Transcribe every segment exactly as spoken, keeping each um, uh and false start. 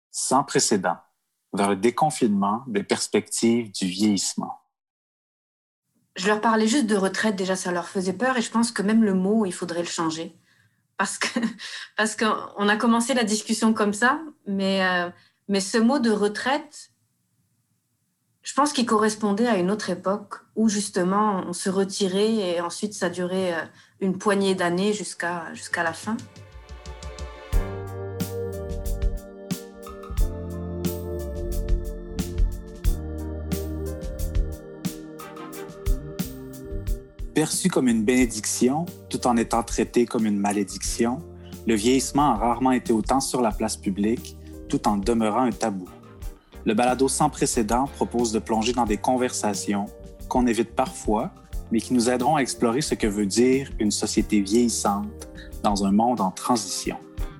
sans précédent vers le déconfinement des perspectives du vieillissement. Je leur parlais juste de retraite, déjà ça leur faisait peur et je pense que même le mot, il faudrait le changer. Parce que parce qu'on a commencé la discussion comme ça, mais, euh, mais ce mot de retraite, je pense qu'il correspondait à une autre époque où justement on se retirait et ensuite ça durait euh, une poignée d'années jusqu'à, jusqu'à la fin. Perçu comme une bénédiction, tout en étant traité comme une malédiction, le vieillissement a rarement été autant sur la place publique, tout en demeurant un tabou. Le balado sans précédent propose de plonger dans des conversations qu'on évite parfois, mais qui nous aideront à explorer ce que veut dire une société vieillissante dans un monde en transition.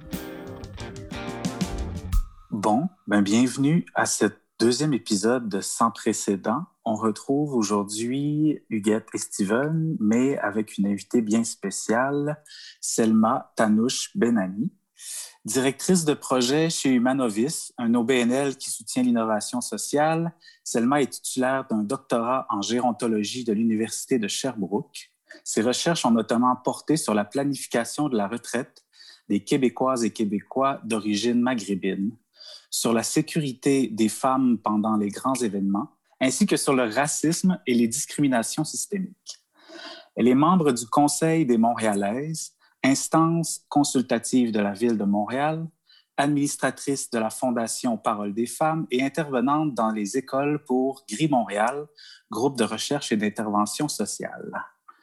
Bon, ben bienvenue à ce deuxième épisode de Sans précédent. On retrouve aujourd'hui Huguette et Steven, mais avec une invitée bien spéciale, Selma Tanouche Benami, directrice de projet chez Humanovis, un O B N L qui soutient l'innovation sociale. Selma est titulaire d'un doctorat en gérontologie de l'Université de Sherbrooke. Ses recherches ont notamment porté sur la planification de la retraite des Québécoises et Québécois d'origine maghrébine, sur la sécurité des femmes pendant les grands événements, ainsi que sur le racisme et les discriminations systémiques. Elle est membre du Conseil des Montréalaises, instance consultative de la Ville de Montréal, administratrice de la Fondation Parole des femmes et intervenante dans les écoles pour Gris Montréal, groupe de recherche et d'intervention sociale.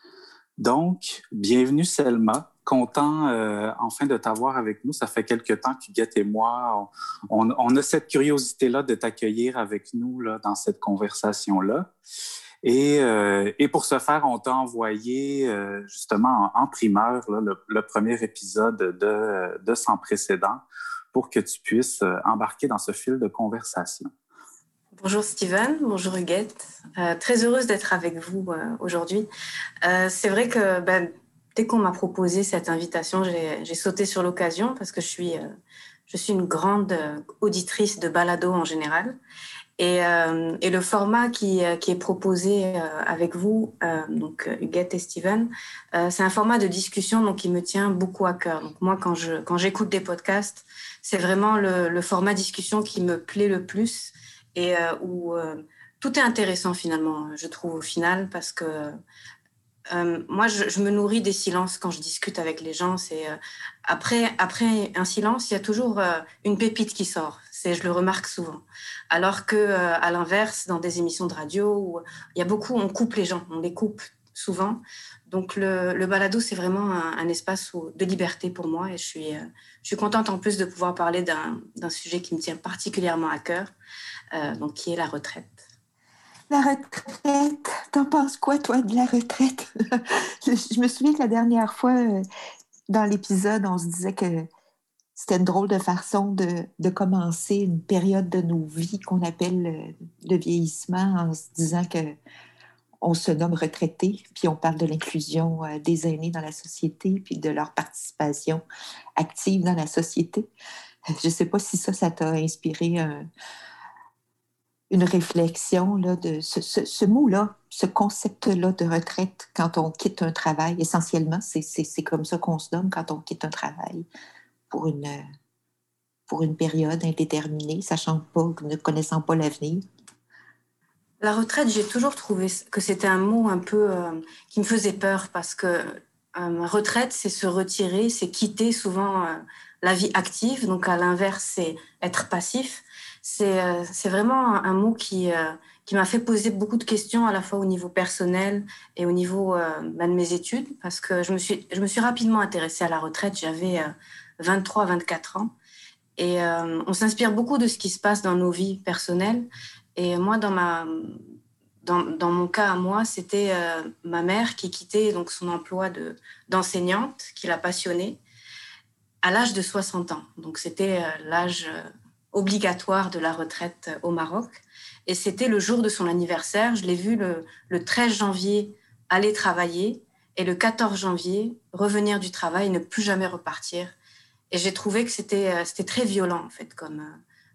Donc, bienvenue Selma. Content euh, enfin de t'avoir avec nous. Ça fait quelque temps qu'Huguette et moi, on, on a cette curiosité-là de t'accueillir avec nous là, dans cette conversation-là. Et, euh, et pour ce faire, on t'a envoyé euh, justement en, en primeur là, le, le premier épisode de, de Sans précédent pour que tu puisses embarquer dans ce fil de conversation. Bonjour Steven, bonjour Huguette. Euh, très heureuse d'être avec vous euh, aujourd'hui. Euh, c'est vrai que ben, dès qu'on m'a proposé cette invitation, j'ai, j'ai sauté sur l'occasion parce que je suis, euh, je suis une grande euh, auditrice de balado en général. Et, euh, et le format qui, qui est proposé euh, avec vous, euh, donc Huguette et Steven, euh, c'est un format de discussion donc, qui me tient beaucoup à cœur. Donc moi, quand, je, quand j'écoute des podcasts, c'est vraiment le, le format discussion qui me plaît le plus et euh, où euh, tout est intéressant finalement, je trouve au final, parce que euh, moi, je, je me nourris des silences quand je discute avec les gens. C'est, euh, après, après un silence, il y a toujours euh, une pépite qui sort. C'est, je le remarque souvent. Alors que, euh, à l'inverse, dans des émissions de radio, où il y a beaucoup, on coupe les gens, on les coupe souvent. Donc, le, le balado, c'est vraiment un, un espace où, de liberté pour moi. Et je suis, euh, je suis contente en plus de pouvoir parler d'un, d'un sujet qui me tient particulièrement à cœur, euh, donc qui est la retraite. La retraite, t'en penses quoi, toi, de la retraite? Je me souviens que la dernière fois, dans l'épisode, on se disait que c'était une drôle de façon de, de commencer une période de nos vies qu'on appelle le, le vieillissement, en se disant que on se nomme retraité, puis on parle de l'inclusion des aînés dans la société, puis de leur participation active dans la société. Je ne sais pas si ça, ça t'a inspiré un... une réflexion là, de ce, ce, ce mot-là, ce concept-là de retraite quand on quitte un travail. Essentiellement, c'est, c'est, c'est comme ça qu'on se nomme quand on quitte un travail pour une, pour une période indéterminée, sachant pas, ne connaissant pas l'avenir. La retraite, j'ai toujours trouvé que c'était un mot un peu euh, qui me faisait peur parce que euh, retraite, c'est se retirer, c'est quitter souvent euh, la vie active. Donc, à l'inverse, c'est être passif. C'est, euh, c'est vraiment un, un mot qui, euh, qui m'a fait poser beaucoup de questions à la fois au niveau personnel et au niveau euh, ben, de mes études parce que je me suis, je me suis rapidement intéressée à la retraite. J'avais euh, vingt-trois, vingt-quatre ans et euh, on s'inspire beaucoup de ce qui se passe dans nos vies personnelles. Et moi, dans, ma, dans, dans mon cas à moi, c'était euh, ma mère qui quittait donc, son emploi de, d'enseignante, qui l'a passionnée, à l'âge de soixante ans. Donc, c'était euh, l'âge euh, obligatoire de la retraite euh, au Maroc. Et c'était le jour de son anniversaire. Je l'ai vue le, le treize janvier aller travailler et le quatorze janvier revenir du travail et ne plus jamais repartir. Et j'ai trouvé que c'était, euh, c'était très violent, en fait, comme... Euh,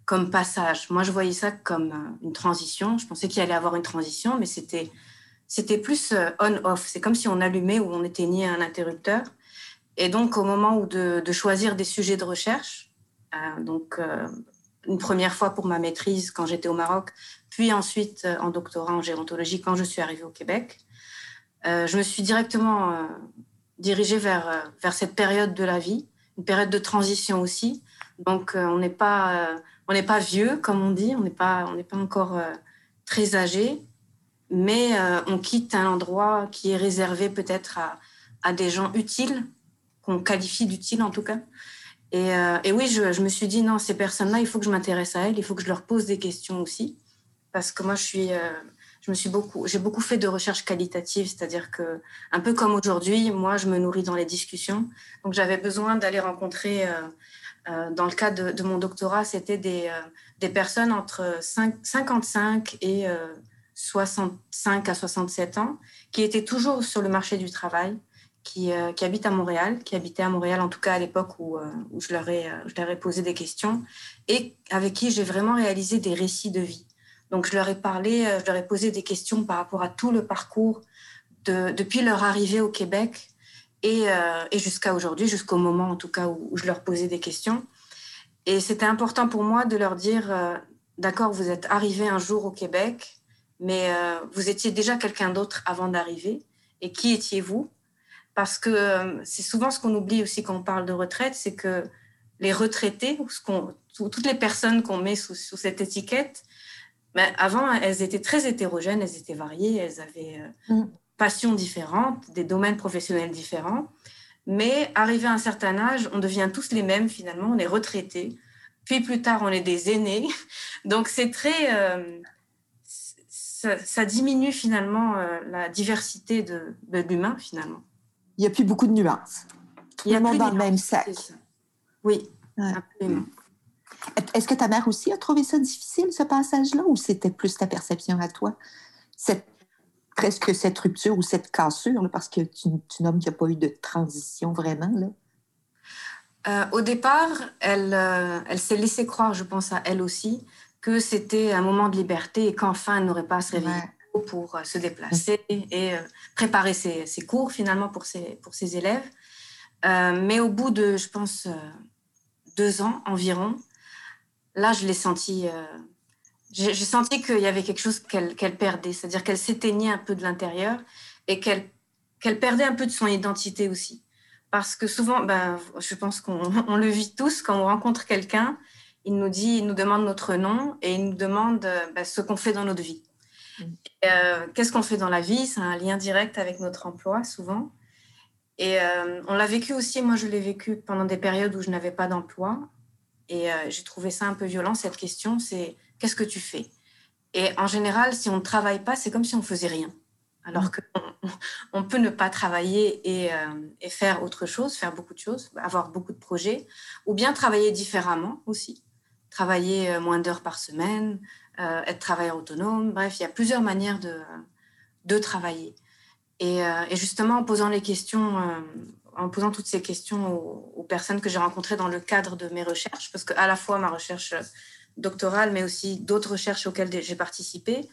comme passage. Moi, je voyais ça comme une transition. Je pensais qu'il allait y avoir une transition, mais c'était, c'était plus on-off. C'est comme si on allumait ou on éteignait un interrupteur. Et donc, au moment où de, de choisir des sujets de recherche, euh, donc euh, une première fois pour ma maîtrise quand j'étais au Maroc, puis ensuite euh, en doctorat en gérontologie quand je suis arrivée au Québec, euh, je me suis directement euh, dirigée vers, euh, vers cette période de la vie, une période de transition aussi. Donc, euh, on n'est pas, euh, on n'est pas vieux, comme on dit, on n'est pas, on n'est pas encore euh, très âgé, mais euh, on quitte un endroit qui est réservé peut-être à, à des gens utiles, qu'on qualifie d'utiles en tout cas. Et, euh, et oui, je, je me suis dit, non, ces personnes-là, il faut que je m'intéresse à elles, il faut que je leur pose des questions aussi, parce que moi, je suis, euh, je me suis beaucoup, j'ai beaucoup fait de recherche qualitative, c'est-à-dire que, un peu comme aujourd'hui, moi, je me nourris dans les discussions, donc j'avais besoin d'aller rencontrer, euh, euh, dans le cadre de, de mon doctorat, c'était des, euh, des personnes entre cinquante-cinq et euh, soixante-cinq à soixante-sept ans, qui étaient toujours sur le marché du travail, Qui, euh, qui habitent à Montréal, qui habitaient à Montréal, en tout cas à l'époque où, euh, où je, leur ai, euh, je leur ai posé des questions, et avec qui j'ai vraiment réalisé des récits de vie. Donc, je leur ai parlé, euh, je leur ai posé des questions par rapport à tout le parcours de, depuis leur arrivée au Québec et, euh, et jusqu'à aujourd'hui, jusqu'au moment en tout cas où, où je leur posais des questions. Et c'était important pour moi de leur dire, euh, d'accord, vous êtes arrivé un jour au Québec, mais euh, vous étiez déjà quelqu'un d'autre avant d'arriver. Et qui étiez-vous ? Parce que euh, c'est souvent ce qu'on oublie aussi quand on parle de retraite, c'est que les retraités, ce qu'on, toutes les personnes qu'on met sous, sous cette étiquette, ben, avant, elles étaient très hétérogènes, elles étaient variées, elles avaient euh, mm. passions différentes, des domaines professionnels différents. Mais arrivé à un certain âge, on devient tous les mêmes finalement, on est retraités. Puis plus tard, on est des aînés. Donc c'est très... Euh, ça, ça diminue finalement euh, la diversité de, de l'humain finalement. Il n'y a plus beaucoup de nuances. Tout le monde dans le même sac. Oui, ouais. Absolument. Est-ce que ta mère aussi a trouvé ça difficile, ce passage-là, ou c'était plus ta perception à toi? Cette, presque cette rupture ou cette cassure, là, parce que tu, tu nommes qu'il n'y a pas eu de transition vraiment, là? Euh, au départ, elle, euh, elle s'est laissée croire, je pense à elle aussi, que c'était un moment de liberté et qu'enfin elle n'aurait pas à se réveiller ouais. pour euh, se déplacer mmh. et euh, préparer ses, ses cours finalement pour ses, pour ses élèves. Euh, mais au bout de, je pense, euh, deux ans environ, là, je l'ai senti... Euh, j'ai, j'ai senti qu'il y avait quelque chose qu'elle, qu'elle perdait, c'est-à-dire qu'elle s'éteignait un peu de l'intérieur et qu'elle, qu'elle perdait un peu de son identité aussi. Parce que souvent, ben, je pense qu'on on le vit tous, quand on rencontre quelqu'un, il nous dit, il nous demande notre nom et il nous demande ben, ce qu'on fait dans notre vie. Mmh. Et, euh, qu'est-ce qu'on fait dans la vie ? C'est un lien direct avec notre emploi, souvent. Et euh, on l'a vécu aussi, moi je l'ai vécu pendant des périodes où je n'avais pas d'emploi. Et euh, j'ai trouvé ça un peu violent, cette question, c'est qu'est-ce que tu fais ? Et en général, si on ne travaille pas, c'est comme si on ne faisait rien. Alors mmh. qu'on on peut ne pas travailler et, euh, et faire autre chose, faire beaucoup de choses, avoir beaucoup de projets, ou bien travailler différemment aussi. Travailler euh, moins d'heures par semaine, euh, être travailleur autonome, bref, il y a plusieurs manières de, de travailler. Et, euh, et justement, en posant les questions, euh, en posant toutes ces questions aux, aux personnes que j'ai rencontrées dans le cadre de mes recherches, parce qu'à la fois ma recherche doctorale, mais aussi d'autres recherches auxquelles j'ai participé,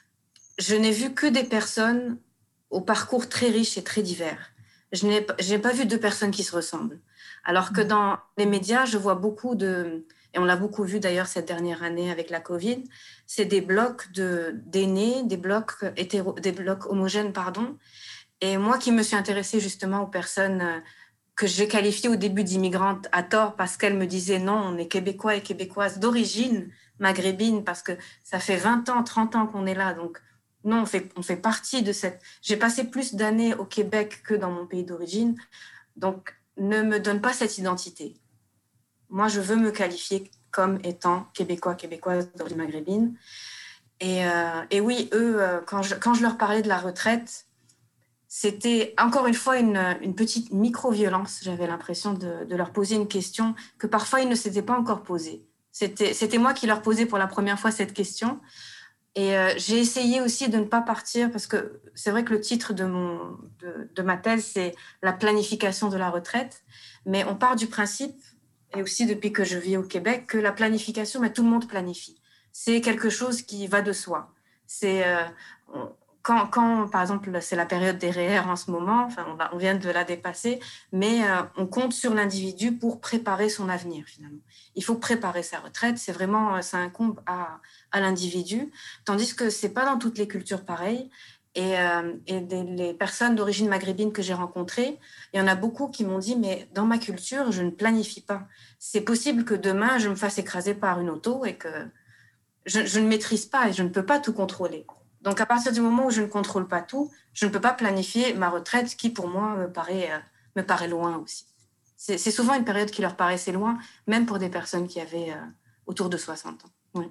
je n'ai vu que des personnes au parcours très riche et très divers. Je n'ai, je n'ai pas vu deux personnes qui se ressemblent. Alors que dans les médias, je vois beaucoup de... Et on l'a beaucoup vu d'ailleurs cette dernière année avec la Covid, c'est des blocs de, d'aînés, des blocs, hétéro, des blocs homogènes, pardon. Et moi qui me suis intéressée justement aux personnes que j'ai qualifiées au début d'immigrantes à tort parce qu'elles me disaient non, on est Québécois et Québécoises d'origine maghrébine parce que ça fait vingt ans, trente ans qu'on est là. Donc non, on fait, on fait partie de cette... J'ai passé plus d'années au Québec que dans mon pays d'origine. Donc ne me donne pas cette identité. Moi, je veux me qualifier comme étant Québécois, Québécoise d'origine maghrébine. Et, euh, et oui, eux, euh, quand, je, quand je leur parlais de la retraite, c'était encore une fois une, une petite micro-violence. J'avais l'impression de, de leur poser une question que parfois ils ne s'étaient pas encore posée. C'était, c'était moi qui leur posais pour la première fois cette question. Et euh, j'ai essayé aussi de ne pas partir, parce que c'est vrai que le titre de, mon, de, de ma thèse, c'est « La planification de la retraite ». Mais on part du principe et aussi depuis que je vis au Québec, que la planification, mais tout le monde planifie. C'est quelque chose qui va de soi. C'est euh, on, quand, quand, par exemple, c'est la période des R E E R en ce moment, enfin, on, va, on vient de la dépasser, mais euh, on compte sur l'individu pour préparer son avenir, finalement. Il faut préparer sa retraite, c'est vraiment, ça incombe à, à l'individu, tandis que c'est pas dans toutes les cultures pareilles. Et, euh, et des, les personnes d'origine maghrébine que j'ai rencontrées, il y en a beaucoup qui m'ont dit, mais dans ma culture, je ne planifie pas. C'est possible que demain, je me fasse écraser par une auto et que je, je ne maîtrise pas et je ne peux pas tout contrôler. Donc, à partir du moment où je ne contrôle pas tout, je ne peux pas planifier ma retraite, qui pour moi me paraît, euh, me paraît loin aussi. C'est, c'est souvent une période qui leur paraissait loin, même pour des personnes qui avaient euh, autour de soixante ans. Oui.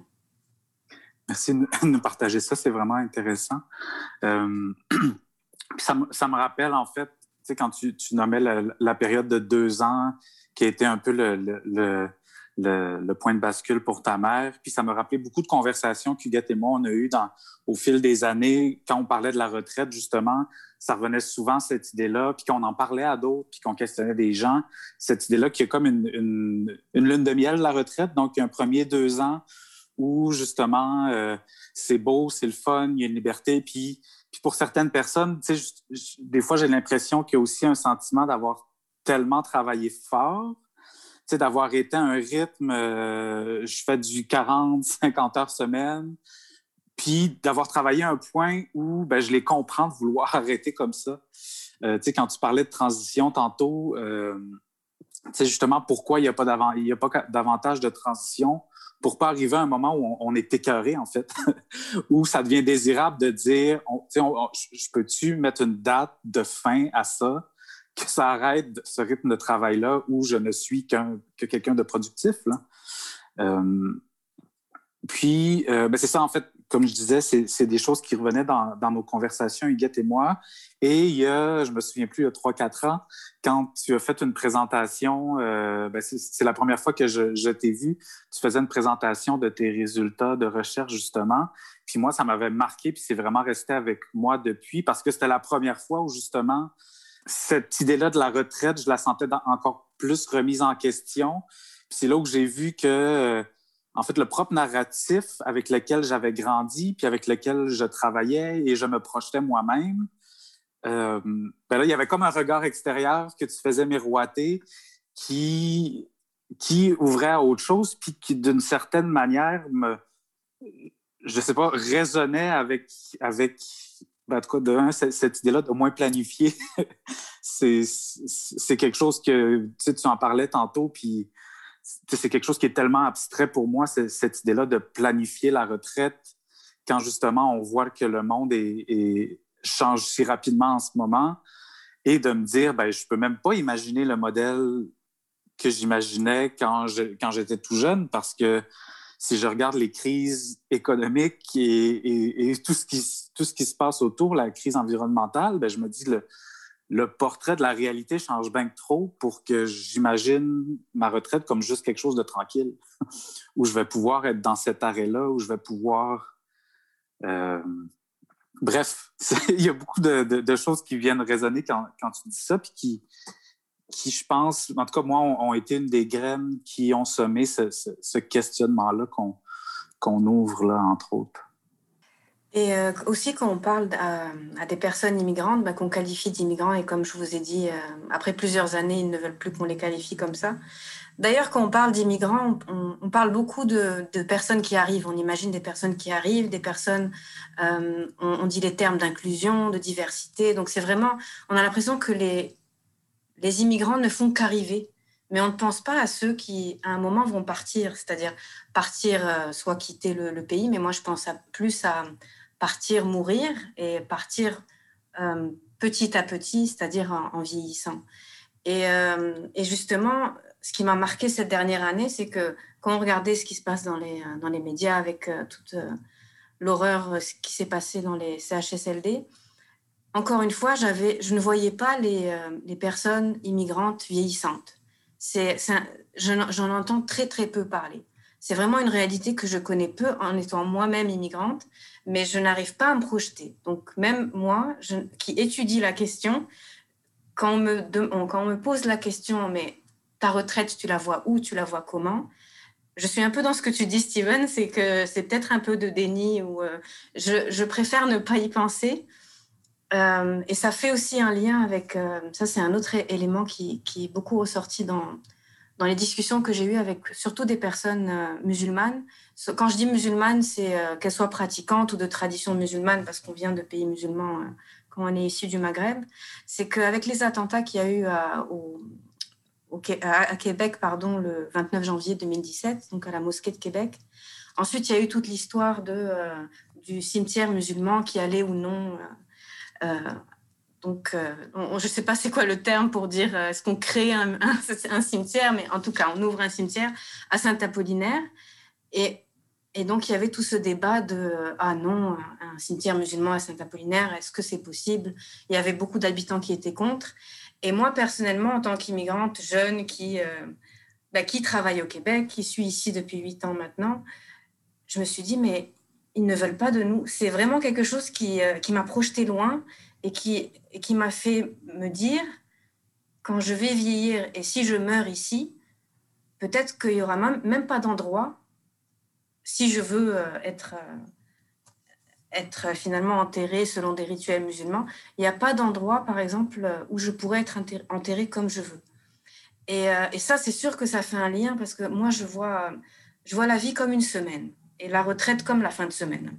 Merci de nous partager ça, c'est vraiment intéressant. Euh, ça, ça me rappelle, en fait, tu sais, quand tu, tu nommais la, la période de deux ans, qui a été un peu le, le, le, le, le point de bascule pour ta mère, puis ça me rappelait beaucoup de conversations qu'Huguette et moi, on a eues dans, au fil des années, quand on parlait de la retraite, justement, ça revenait souvent, cette idée-là, puis qu'on en parlait à d'autres, puis qu'on questionnait des gens, cette idée-là qui est comme une, une, une lune de miel, la retraite, donc un premier deux ans où, justement, euh, c'est beau, c'est le fun, il y a une liberté, puis Puis pour certaines personnes, tu sais, des fois, j'ai l'impression qu'il y a aussi un sentiment d'avoir tellement travaillé fort, tu sais, d'avoir été à un rythme, euh, je fais du quarante, cinquante heures semaine, puis d'avoir travaillé à un point où ben, je les comprends de vouloir arrêter comme ça. Euh, tu sais, quand tu parlais de transition tantôt, euh, tu sais, justement, pourquoi il n'y a pas d'avant, il y a pas davantage de transition pour pas arriver à un moment où on, on est écœuré, en fait, où ça devient désirable de dire, on, on, je peux-tu mettre une date de fin à ça, que ça arrête ce rythme de travail-là où je ne suis qu'un, que quelqu'un de productif, là. Euh, puis, euh, ben c'est ça, en fait, comme je disais, c'est, c'est des choses qui revenaient dans, dans nos conversations, Huguette et moi. Et il y a, je me souviens plus, il y a trois quatre ans, quand tu as fait une présentation, euh, ben c'est, c'est la première fois que je, je t'ai vu, tu faisais une présentation de tes résultats de recherche, justement. Puis moi, ça m'avait marqué, puis c'est vraiment resté avec moi depuis, parce que c'était la première fois où, justement, cette idée-là de la retraite, je la sentais dans, encore plus remise en question. Puis c'est là où j'ai vu que... Euh, en fait, le propre narratif avec lequel j'avais grandi, puis avec lequel je travaillais et je me projetais moi-même, euh, ben là, il y avait comme un regard extérieur que tu faisais miroiter qui, qui ouvrait à autre chose, puis qui, d'une certaine manière, me, je sais pas, résonnait avec, avec ben, en tout cas, de un, cette idée-là de moins planifier. c'est, c'est quelque chose que, tu sais, tu en parlais tantôt, puis c'est quelque chose qui est tellement abstrait pour moi, c'est cette idée-là de planifier la retraite quand justement on voit que le monde est, est, change si rapidement en ce moment et de me dire, ben, je peux même pas imaginer le modèle que j'imaginais quand, je, quand j'étais tout jeune parce que si je regarde les crises économiques et, et, et tout, ce qui, tout ce qui se passe autour, la crise environnementale, ben, je me dis, le, le portrait de la réalité change bien trop pour que j'imagine ma retraite comme juste quelque chose de tranquille, où je vais pouvoir être dans cet arrêt-là, où je vais pouvoir... Euh... Bref, il y a beaucoup de, de, de choses qui viennent résonner quand, quand tu dis ça, puis qui, qui, je pense, en tout cas, moi, ont, ont été une des graines qui ont semé ce, ce, ce questionnement-là qu'on, qu'on ouvre là, entre autres. Et euh, aussi, quand on parle à, à des personnes immigrantes, bah, qu'on qualifie d'immigrants, et comme je vous ai dit, euh, après plusieurs années, ils ne veulent plus qu'on les qualifie comme ça. D'ailleurs, quand on parle d'immigrants, on, on parle beaucoup de, de personnes qui arrivent. On imagine des personnes qui arrivent, des personnes, euh, on, on dit les termes d'inclusion, de diversité. Donc, c'est vraiment, on a l'impression que les, les immigrants ne font qu'arriver. Mais on ne pense pas à ceux qui, à un moment, vont partir, c'est-à-dire partir, euh, soit quitter le, le pays, mais moi, je pense à, plus à partir mourir et partir euh, petit à petit, c'est-à-dire en, en vieillissant. Et, euh, et justement, ce qui m'a marqué cette dernière année, c'est que quand on regardait ce qui se passe dans les, dans les médias avec euh, toute euh, l'horreur, ce qui s'est passé dans les C H S L D, encore une fois, j'avais, je ne voyais pas les, euh, les personnes immigrantes vieillissantes. C'est, c'est un, je, j'en entends très, très peu parler. C'est vraiment une réalité que je connais peu en étant moi-même immigrante, mais je n'arrive pas à me projeter. Donc, même moi, je, qui étudie la question, quand on, me, de, on, quand on me pose la question, mais ta retraite, tu la vois où, tu la vois comment? Je suis un peu dans ce que tu dis, Steven, c'est que c'est peut-être un peu de déni ou euh, je, je préfère ne pas y penser. Euh, et ça fait aussi un lien avec... Euh, ça, c'est un autre élément qui, qui est beaucoup ressorti dans, dans les discussions que j'ai eues avec surtout des personnes euh, musulmanes. Quand je dis musulmanes, c'est euh, qu'elles soient pratiquantes ou de tradition musulmane, parce qu'on vient de pays musulmans euh, quand on est issu du Maghreb. C'est qu'avec les attentats qu'il y a eu à, au, au, à Québec pardon, le vingt-neuf janvier deux mille dix-sept, donc à la mosquée de Québec, ensuite, il y a eu toute l'histoire de, euh, du cimetière musulman qui allait ou non... Euh, euh, donc, euh, on, je ne sais pas c'est quoi le terme pour dire euh, est-ce qu'on crée un, un, un cimetière, mais en tout cas, on ouvre un cimetière à Saint-Apollinaire. Et, et donc, il y avait tout ce débat de ah non, un cimetière musulman à Saint-Apollinaire, est-ce que c'est possible? Il y avait beaucoup d'habitants qui étaient contre. Et moi, personnellement, en tant qu'immigrante jeune qui, euh, bah, qui travaille au Québec, qui suis ici depuis huit ans maintenant, je me suis dit, mais ils ne veulent pas de nous. C'est vraiment quelque chose qui, euh, qui m'a projeté loin et qui, et qui m'a fait me dire, quand je vais vieillir et si je meurs ici, peut-être qu'il n'y aura même, même pas d'endroit, si je veux euh, être, euh, être finalement enterrée selon des rituels musulmans, il n'y a pas d'endroit, par exemple, où je pourrais être enterrée comme je veux. Et, euh, et ça, c'est sûr que ça fait un lien parce que moi, je vois, je vois la vie comme une semaine. Et la retraite comme la fin de semaine.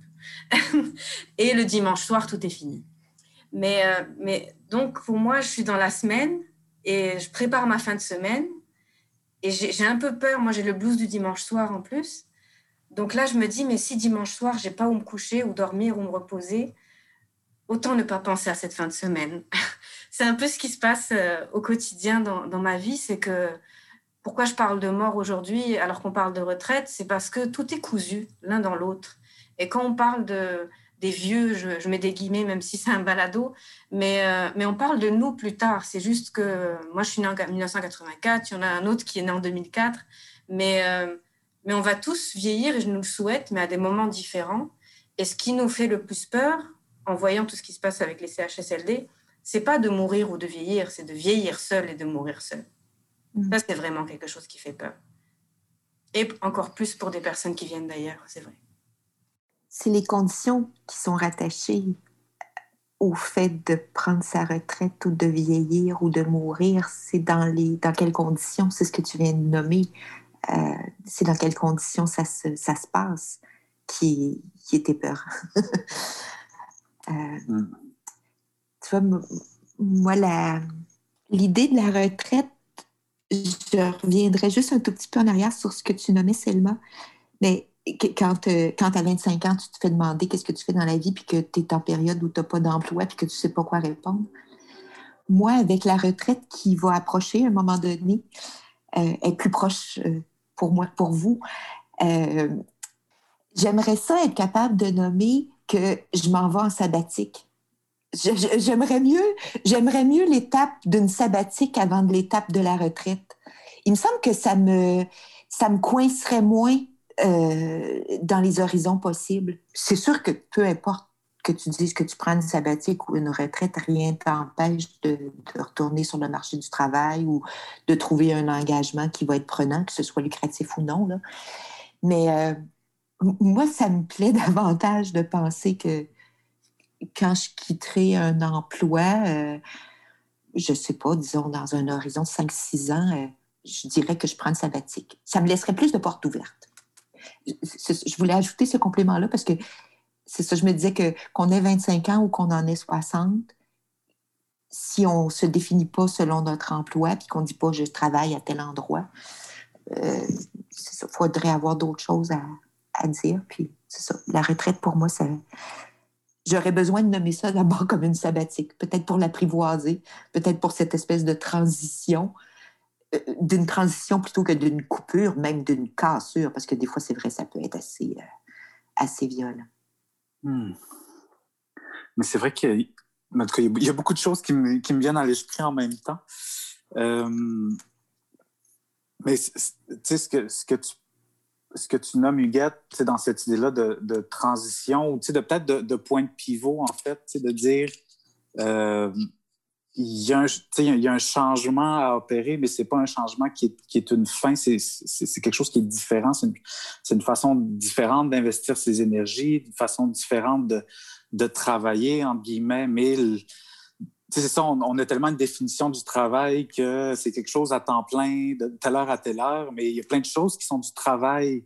Et le dimanche soir, tout est fini. Mais, euh, mais donc, pour moi, je suis dans la semaine et je prépare ma fin de semaine. Et j'ai, j'ai un peu peur. Moi, j'ai le blues du dimanche soir en plus. Donc là, je me dis, mais si dimanche soir, je n'ai pas où me coucher ou dormir ou me reposer, autant ne pas penser à cette fin de semaine. C'est un peu ce qui se passe euh, au quotidien dans, dans ma vie. C'est que pourquoi je parle de mort aujourd'hui alors qu'on parle de retraite, c'est parce que tout est cousu l'un dans l'autre. Et quand on parle de, des vieux, je, je mets des guillemets même si c'est un balado, mais, euh, mais on parle de nous plus tard. C'est juste que moi, je suis née en dix-neuf cent quatre-vingt-quatre, il y en a un autre qui est né en deux mille quatre, mais, euh, mais on va tous vieillir, et je nous le souhaite, mais à des moments différents. Et ce qui nous fait le plus peur, en voyant tout ce qui se passe avec les C H S L D, c'est pas de mourir ou de vieillir, c'est de vieillir seul et de mourir seul. Ça, c'est vraiment quelque chose qui fait peur. Et encore plus pour des personnes qui viennent d'ailleurs, c'est vrai. C'est les conditions qui sont rattachées au fait de prendre sa retraite ou de vieillir ou de mourir. C'est dans, les, dans quelles conditions, c'est ce que tu viens de nommer, euh, c'est dans quelles conditions ça se, ça se passe qui, qui était peur. euh, mm. Tu vois, m- moi, la, l'idée de la retraite, je reviendrai juste un tout petit peu en arrière sur ce que tu nommais, Selma. Mais quand, euh, quand tu as vingt-cinq ans, tu te fais demander qu'est-ce que tu fais dans la vie, puis que tu es en période où tu n'as pas d'emploi, puis que tu ne sais pas quoi répondre. Moi, avec la retraite qui va approcher à un moment donné, euh, est plus proche euh, pour moi, pour vous, euh, j'aimerais ça être capable de nommer que je m'en vais en sabbatique. J'aimerais mieux, j'aimerais mieux l'étape d'une sabbatique avant de l'étape de la retraite. Il me semble que ça me, ça me coincerait moins euh, dans les horizons possibles. C'est sûr que peu importe que tu dises que tu prends une sabbatique ou une retraite, rien ne t'empêche de, de retourner sur le marché du travail ou de trouver un engagement qui va être prenant, que ce soit lucratif ou non, là. Mais euh, moi, ça me plaît davantage de penser que quand je quitterai un emploi, euh, je ne sais pas, disons, dans un horizon de cinq six ans, euh, je dirais que je prends une sabbatique. Ça me laisserait plus de portes ouvertes. Je, je voulais ajouter ce complément-là parce que c'est ça, je me disais que qu'on ait vingt-cinq ans ou qu'on en ait soixante, si on ne se définit pas selon notre emploi puis qu'on ne dit pas « je travaille à tel endroit euh, », il faudrait avoir d'autres choses à, à dire. Puis c'est ça, la retraite, pour moi, ça... J'aurais besoin de nommer ça d'abord comme une sabbatique, peut-être pour l'apprivoiser, peut-être pour cette espèce de transition, euh, d'une transition plutôt que d'une coupure, même d'une cassure, parce que des fois, c'est vrai, ça peut être assez, euh, assez violent. Hmm. Mais c'est vrai qu'il y a, en tout cas, il y a beaucoup de choses qui me, qui me viennent à l'esprit en même temps. Euh, mais tu sais, ce que, ce que tu ce que tu nommes, Huguette, c'est dans cette idée-là de, de transition ou de peut-être de, de point de pivot, en fait, de dire euh, il y a un, tu sais, il y a un changement à opérer, mais c'est pas un changement qui est, qui est une fin, c'est, c'est, c'est quelque chose qui est différent. C'est une, c'est une façon différente d'investir ses énergies, une façon différente de, de travailler, entre guillemets, mais le, tu sais, c'est ça, on, on a tellement une définition du travail que c'est quelque chose à temps plein, de telle heure à telle heure, mais il y a plein de choses qui sont du travail.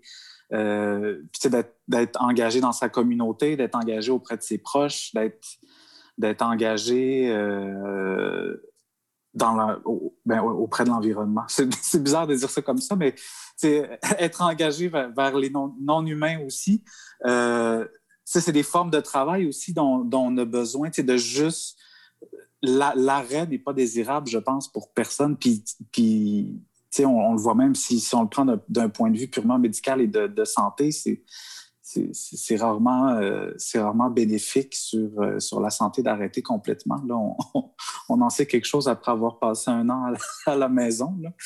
Euh, puis, tu sais, d'être, d'être engagé dans sa communauté, d'être engagé auprès de ses proches, d'être, d'être engagé euh, dans la, au, ben, auprès de l'environnement. C'est, c'est bizarre de dire ça comme ça, mais être engagé vers, vers les non, non-humains aussi. Euh, c'est des formes de travail aussi dont, dont on a besoin, de juste... La, l'arrêt n'est pas désirable, je pense, pour personne. Puis, puis on, on le voit même si, si on le prend d'un, d'un point de vue purement médical et de, de santé, c'est, c'est, c'est, rarement, euh, c'est rarement bénéfique sur, euh, sur la santé d'arrêter complètement. Là, on, on, on en sait quelque chose après avoir passé un an à la, à la maison. Là.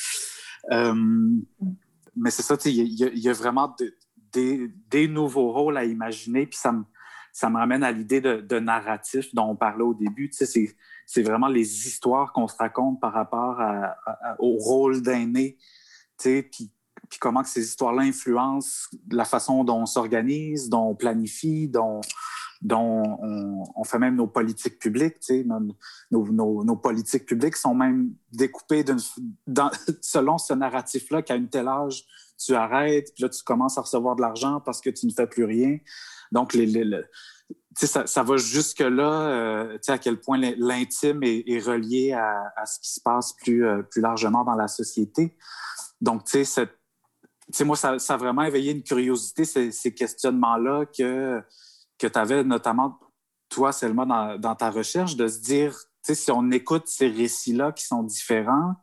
Euh, mais c'est ça, il y, y, y a vraiment de, des, des nouveaux rôles à imaginer. Puis ça me, ça me ramène à l'idée de, de narratif dont on parlait au début. Tu sais, c'est, c'est vraiment les histoires qu'on se raconte par rapport à, à, au rôle d'aîné. Tu sais, puis, puis comment que ces histoires-là influencent la façon dont on s'organise, dont on planifie, dont, dont on, on fait même nos politiques publiques. Tu sais, nos, nos, nos, nos politiques publiques sont même découpées d'une, dans, selon ce narratif-là qu'à une telle âge, tu arrêtes, puis là, tu commences à recevoir de l'argent parce que tu ne fais plus rien. Donc, les, les, les, ça, ça va jusque-là, euh, à quel point l'intime est, est relié à, à ce qui se passe plus, euh, plus largement dans la société. Donc, tu sais, moi, ça, ça a vraiment éveillé une curiosité, ces, ces questionnements-là que, que tu avais notamment, toi, Selma, dans, dans ta recherche, de se dire, tu sais, si on écoute ces récits-là qui sont différents,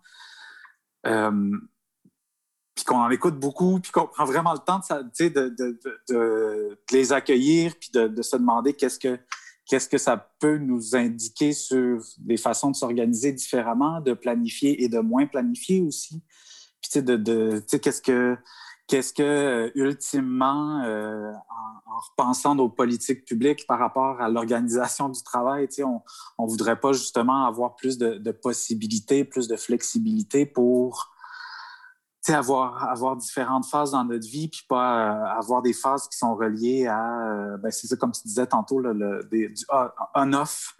euh, puis qu'on en écoute beaucoup, puis qu'on prend vraiment le temps de, de, de, de, de les accueillir, puis de, de se demander qu'est-ce que, qu'est-ce que ça peut nous indiquer sur des façons de s'organiser différemment, de planifier et de moins planifier aussi. Puis, tu sais, de, de, tu sais, qu'est-ce que, qu'est-ce que ultimement, euh, en, en repensant nos politiques publiques par rapport à l'organisation du travail, tu sais, on ne voudrait pas justement avoir plus de, de possibilités, plus de flexibilité pour... Avoir, avoir différentes phases dans notre vie, puis pas euh, avoir des phases qui sont reliées à, euh, ben c'est ça, comme tu disais tantôt, là, le, des, du on-off.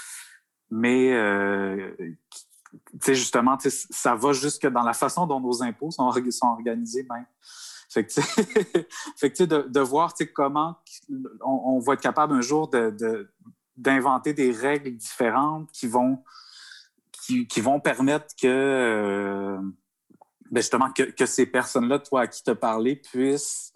Mais, euh, tu sais, justement, ça va jusque dans la façon dont nos impôts sont, sont organisés même. Fait que, fait que de, de voir comment on, on va être capable un jour de, de, d'inventer des règles différentes qui vont, qui, qui vont permettre que... Euh, ben justement, que, que ces personnes-là, toi, à qui te parler, puissent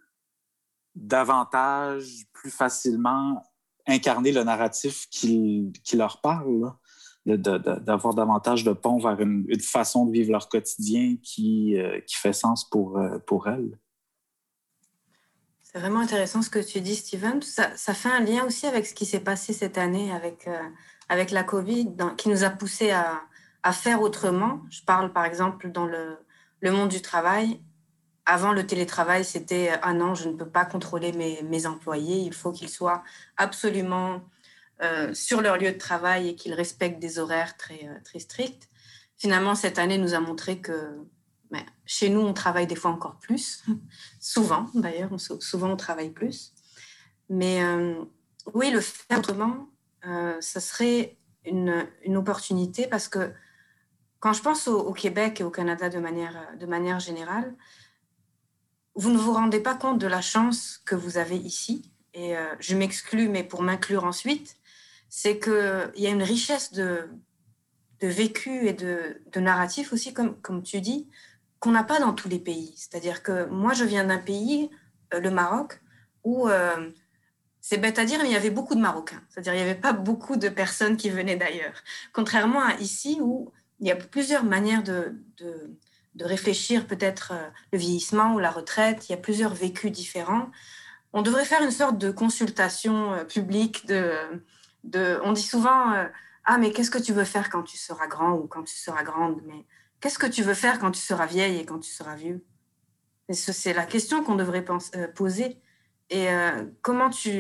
davantage, plus facilement incarner le narratif qui, qui leur parle, là. De, de, de, d'avoir davantage de ponts vers une, une façon de vivre leur quotidien qui, euh, qui fait sens pour, euh, pour elles. C'est vraiment intéressant ce que tu dis, Steven. Ça, ça fait un lien aussi avec ce qui s'est passé cette année avec, euh, avec la COVID, dans, qui nous a poussés à... à faire autrement. Je parle par exemple dans le, le monde du travail. Avant, le télétravail, c'était « Ah non, je ne peux pas contrôler mes, mes employés. Il faut qu'ils soient absolument euh, sur leur lieu de travail et qu'ils respectent des horaires très, euh, très stricts. » Finalement, cette année nous a montré que ben, chez nous, on travaille des fois encore plus. Souvent, d'ailleurs, on, souvent on travaille plus. Mais euh, oui, le faire autrement, euh, ça serait une, une opportunité parce que quand je pense au, au Québec et au Canada de manière, de manière générale, vous ne vous rendez pas compte de la chance que vous avez ici. Et euh, je m'exclus, mais pour m'inclure ensuite, c'est qu'il y a une richesse de, de vécu et de, de narratif aussi, comme, comme tu dis, qu'on n'a pas dans tous les pays. C'est-à-dire que moi, je viens d'un pays, euh, le Maroc, où... Euh, c'est bête à dire, mais il y avait beaucoup de Marocains. C'est-à-dire qu'il n'y avait pas beaucoup de personnes qui venaient d'ailleurs. Contrairement à ici, où il y a plusieurs manières de, de, de réfléchir, peut-être euh, le vieillissement ou la retraite. Il y a plusieurs vécus différents. On devrait faire une sorte de consultation euh, publique. De, de, on dit souvent euh, « Ah, mais qu'est-ce que tu veux faire quand tu seras grand ou quand tu seras grande ?» Mais qu'est-ce que tu veux faire quand tu seras vieille et quand tu seras vieux? Et c'est la question qu'on devrait pense, euh, poser. Et euh, comment tu,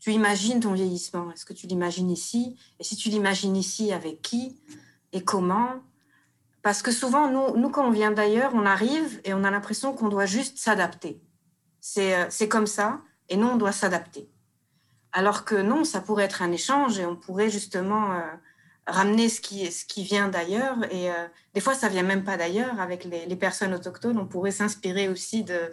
tu imagines ton vieillissement? Est-ce que tu l'imagines ici? Et si tu l'imagines ici, avec qui et comment? Parce que souvent, nous, nous, quand on vient d'ailleurs, on arrive et on a l'impression qu'on doit juste s'adapter. C'est, euh, c'est comme ça, et nous, on doit s'adapter. Alors que non, ça pourrait être un échange et on pourrait justement euh, ramener ce qui, ce qui vient d'ailleurs. Et euh, des fois, ça vient même pas d'ailleurs. Avec les, les personnes autochtones, on pourrait s'inspirer aussi de,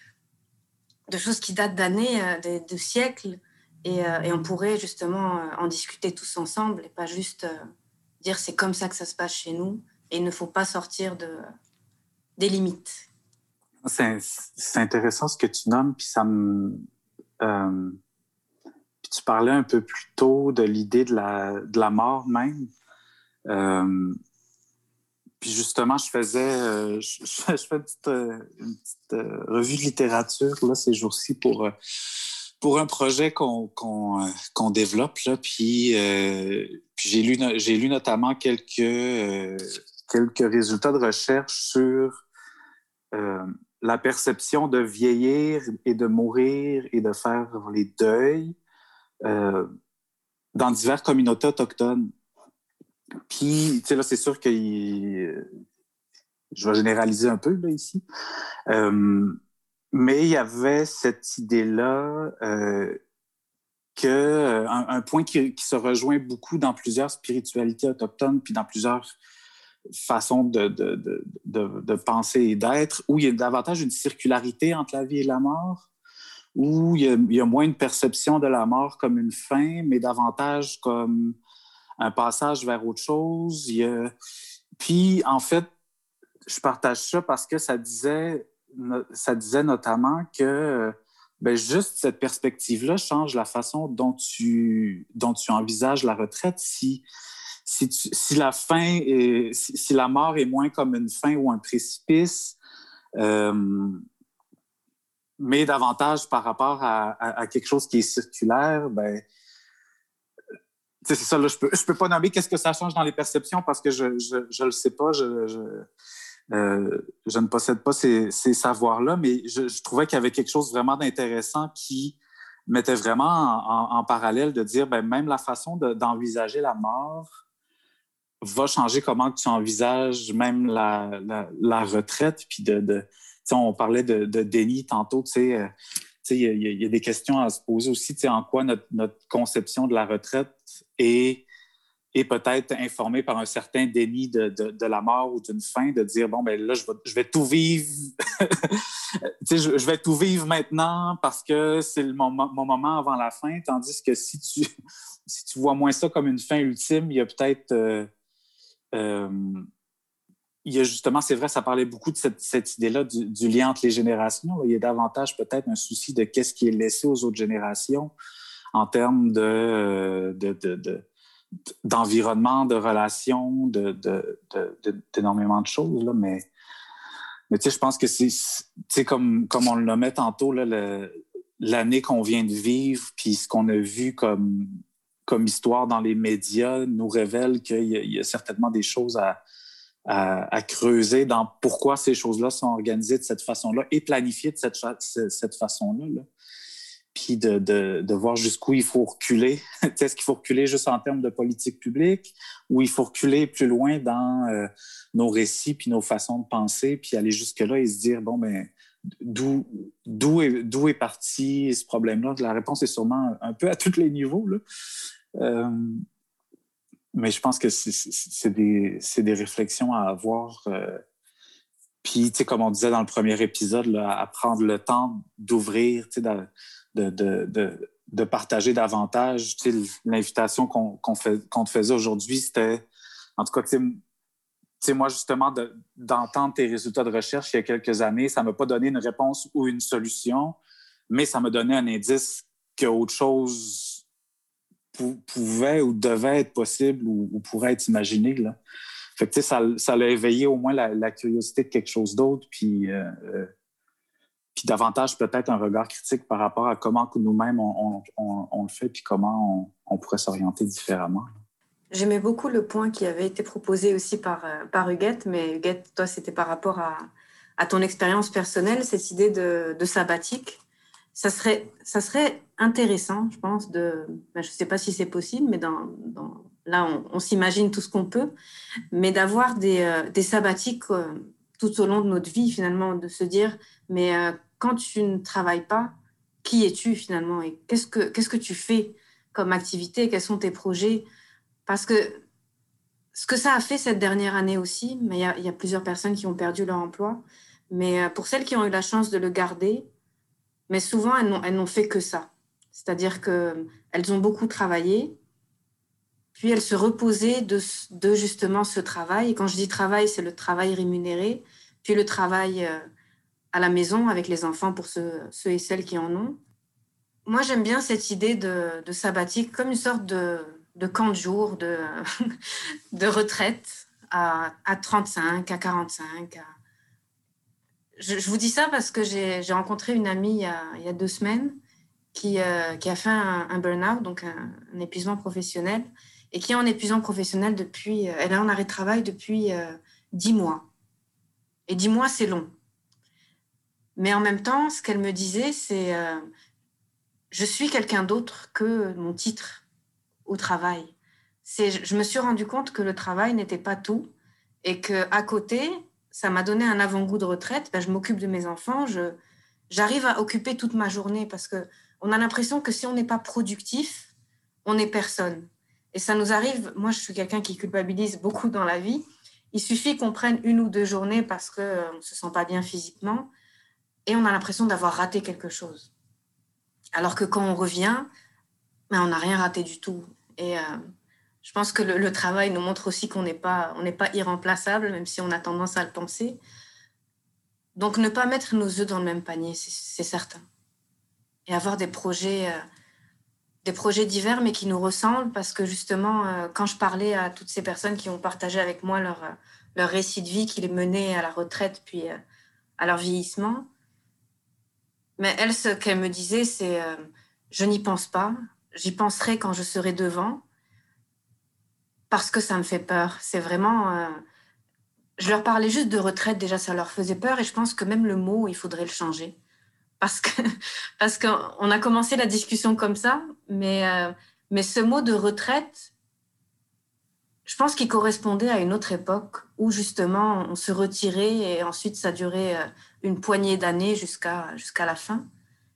de choses qui datent d'années, euh, de, de siècles. Et, euh, et on pourrait justement euh, en discuter tous ensemble et pas juste euh, dire c'est comme ça que ça se passe chez nous. Et il ne faut pas sortir de, des limites. C'est, c'est intéressant ce que tu nommes, puis ça me... Euh, puis tu parlais un peu plus tôt de l'idée de la, de la mort même. Euh, puis justement, je faisais... Euh, je, je fais une petite, euh, une petite euh, revue de littérature là, ces jours-ci pour, euh, pour un projet qu'on, qu'on, euh, qu'on développe. Là, puis euh, puis j'ai, lu, j'ai lu notamment quelques, euh, quelques résultats de recherche sur... Euh, la perception de vieillir et de mourir et de faire les deuils euh, dans diverses communautés autochtones. Puis, tu sais, là, c'est sûr que il... je vais généraliser un peu, là, ici. Euh, mais il y avait cette idée-là euh, que euh, un, un point qui, qui se rejoint beaucoup dans plusieurs spiritualités autochtones puis dans plusieurs façon de, de, de, de, de penser et d'être, où il y a davantage une circularité entre la vie et la mort, où il y a, il y a moins une perception de la mort comme une fin, mais davantage comme un passage vers autre chose. Il y a... Puis, en fait, je partage ça parce que ça disait, ça disait notamment que ben, juste cette perspective-là change la façon dont tu, dont tu envisages la retraite. Si Si, tu, si la fin est, si, si la mort est moins comme une fin ou un précipice, euh, mais davantage par rapport à, à, à quelque chose qui est circulaire, ben, c'est ça, là, je peux, je peux pas nommer qu'est-ce que ça change dans les perceptions parce que je, je, je le sais pas, je, je, euh, je ne possède pas ces, ces savoirs-là, mais je, je trouvais qu'il y avait quelque chose vraiment d'intéressant qui mettait vraiment en, en, en parallèle de dire, ben, même la façon de, d'envisager la mort va changer comment tu envisages même la, la, la retraite. Puis de, de on parlait de, de déni tantôt, tu sais, euh, il y, y, y a des questions à se poser aussi, en quoi notre, notre conception de la retraite est, est peut-être informée par un certain déni de, de, de la mort ou d'une fin, de dire, bon, ben là, je vais, je vais tout vivre, je, je vais tout vivre maintenant parce que c'est le, mon, mon moment avant la fin, tandis que si tu, si tu vois moins ça comme une fin ultime, il y a peut-être... Euh, Euh, il y a justement, c'est vrai, ça parlait beaucoup de cette, cette idée-là du, du lien entre les générations. Il y a davantage peut-être un souci de qu'est-ce qui est laissé aux autres générations en termes de, de, de, de, d'environnement, de relations, de, de, de, de, d'énormément de choses. Là. Mais, mais tu sais, je pense que c'est, tu sais, comme, comme on le nommait tantôt, là, le, l'année qu'on vient de vivre, puis ce qu'on a vu comme, comme histoire dans les médias nous révèle qu'il y a, il y a certainement des choses à, à, à creuser dans pourquoi ces choses-là sont organisées de cette façon-là et planifiées de cette, cette façon-là. Là. Puis de, de, de voir jusqu'où il faut reculer. Est-ce qu'il faut reculer juste en termes de politique publique ou il faut reculer plus loin dans euh, nos récits puis nos façons de penser puis aller jusque-là et se dire, bon, ben d'où, d'où, est, d'où est parti ce problème-là? La réponse est sûrement un peu à tous les niveaux, là. Euh, mais je pense que c'est, c'est, c'est, des, c'est des réflexions à avoir. Euh, puis, tu sais, comme on disait dans le premier épisode, là, à prendre le temps d'ouvrir, tu sais, de, de, de, de, de partager davantage. Tu sais, l'invitation qu'on, qu'on, fait, qu'on te faisait aujourd'hui, c'était, en tout cas, tu sais, tu sais, moi, justement, de, d'entendre tes résultats de recherche il y a quelques années, ça ne m'a pas donné une réponse ou une solution, mais ça m'a donné un indice qu'autre chose pouvait ou devait être possible ou, ou pourrait être imaginé. Là. Fait que, tu sais, ça, ça l'a éveillé au moins la, la curiosité de quelque chose d'autre, puis, euh, euh, puis davantage peut-être un regard critique par rapport à comment nous-mêmes on, on, on, on le fait, puis comment on, on pourrait s'orienter différemment. J'aimais beaucoup le point qui avait été proposé aussi par, par Huguette, mais Huguette, toi, c'était par rapport à, à ton expérience personnelle, cette idée de, de sabbatique. ça serait, ça serait intéressant, je pense, de, ben, je ne sais pas si c'est possible, mais dans, dans, là, on, on s'imagine tout ce qu'on peut, mais d'avoir des, euh, des sabbatiques euh, tout au long de notre vie, finalement, de se dire, mais euh, quand tu ne travailles pas, qui es-tu finalement et qu'est-ce que, qu'est-ce que tu fais comme activité, quels sont tes projets? Parce que ce que ça a fait cette dernière année aussi, mais il y a, il y a plusieurs personnes qui ont perdu leur emploi, mais euh, pour celles qui ont eu la chance de le garder, mais souvent, elles n'ont, elles n'ont fait que ça. C'est-à-dire qu'elles ont beaucoup travaillé, puis elles se reposaient de, de justement ce travail. Et quand je dis travail, c'est le travail rémunéré, puis le travail euh, à la maison avec les enfants pour ceux, ceux et celles qui en ont. Moi, j'aime bien cette idée de, de sabbatique comme une sorte de, de camp de jour, de, de retraite à, à trente-cinq, à quarante-cinq. À... Je, je vous dis ça parce que j'ai, j'ai rencontré une amie il y a, il y a deux semaines qui, euh, qui a fait un, un burn-out, donc un, un épuisement professionnel, et qui est en épuisement professionnel depuis... Euh, elle est en arrêt de travail depuis euh, dix mois. Et dix mois, c'est long. Mais en même temps, ce qu'elle me disait, c'est euh, je suis quelqu'un d'autre que mon titre au travail. C'est, je me suis rendu compte que le travail n'était pas tout et qu'à côté, ça m'a donné un avant-goût de retraite. Ben, je m'occupe de mes enfants, je, j'arrive à occuper toute ma journée parce qu'on a l'impression que si on n'est pas productif, on n'est personne. Et ça nous arrive, moi je suis quelqu'un qui culpabilise beaucoup dans la vie, il suffit qu'on prenne une ou deux journées parce qu'on ne se sent pas bien physiquement et on a l'impression d'avoir raté quelque chose. Alors que quand on revient, ben, on n'a rien raté du tout. Et euh, je pense que le, le travail nous montre aussi qu'on n'est pas, on n'est pas irremplaçable, même si on a tendance à le penser. Donc, ne pas mettre nos œufs dans le même panier, c'est, c'est certain. Et avoir des projets, euh, des projets divers, mais qui nous ressemblent, parce que justement, euh, quand je parlais à toutes ces personnes qui ont partagé avec moi leur, euh, leur récit de vie qui les menait à la retraite, puis euh, à leur vieillissement, mais elles, ce qu'elles me disaient, c'est euh, je n'y pense pas, j'y penserai quand je serai devant, parce que ça me fait peur. C'est vraiment... Euh, je leur parlais juste de retraite, déjà, ça leur faisait peur, et je pense que même le mot, il faudrait le changer. Parce que parce qu'on a commencé la discussion comme ça, mais, euh, mais ce mot de retraite, je pense qu'il correspondait à une autre époque où justement on se retirait et ensuite ça durait euh, une poignée d'années jusqu'à, jusqu'à la fin.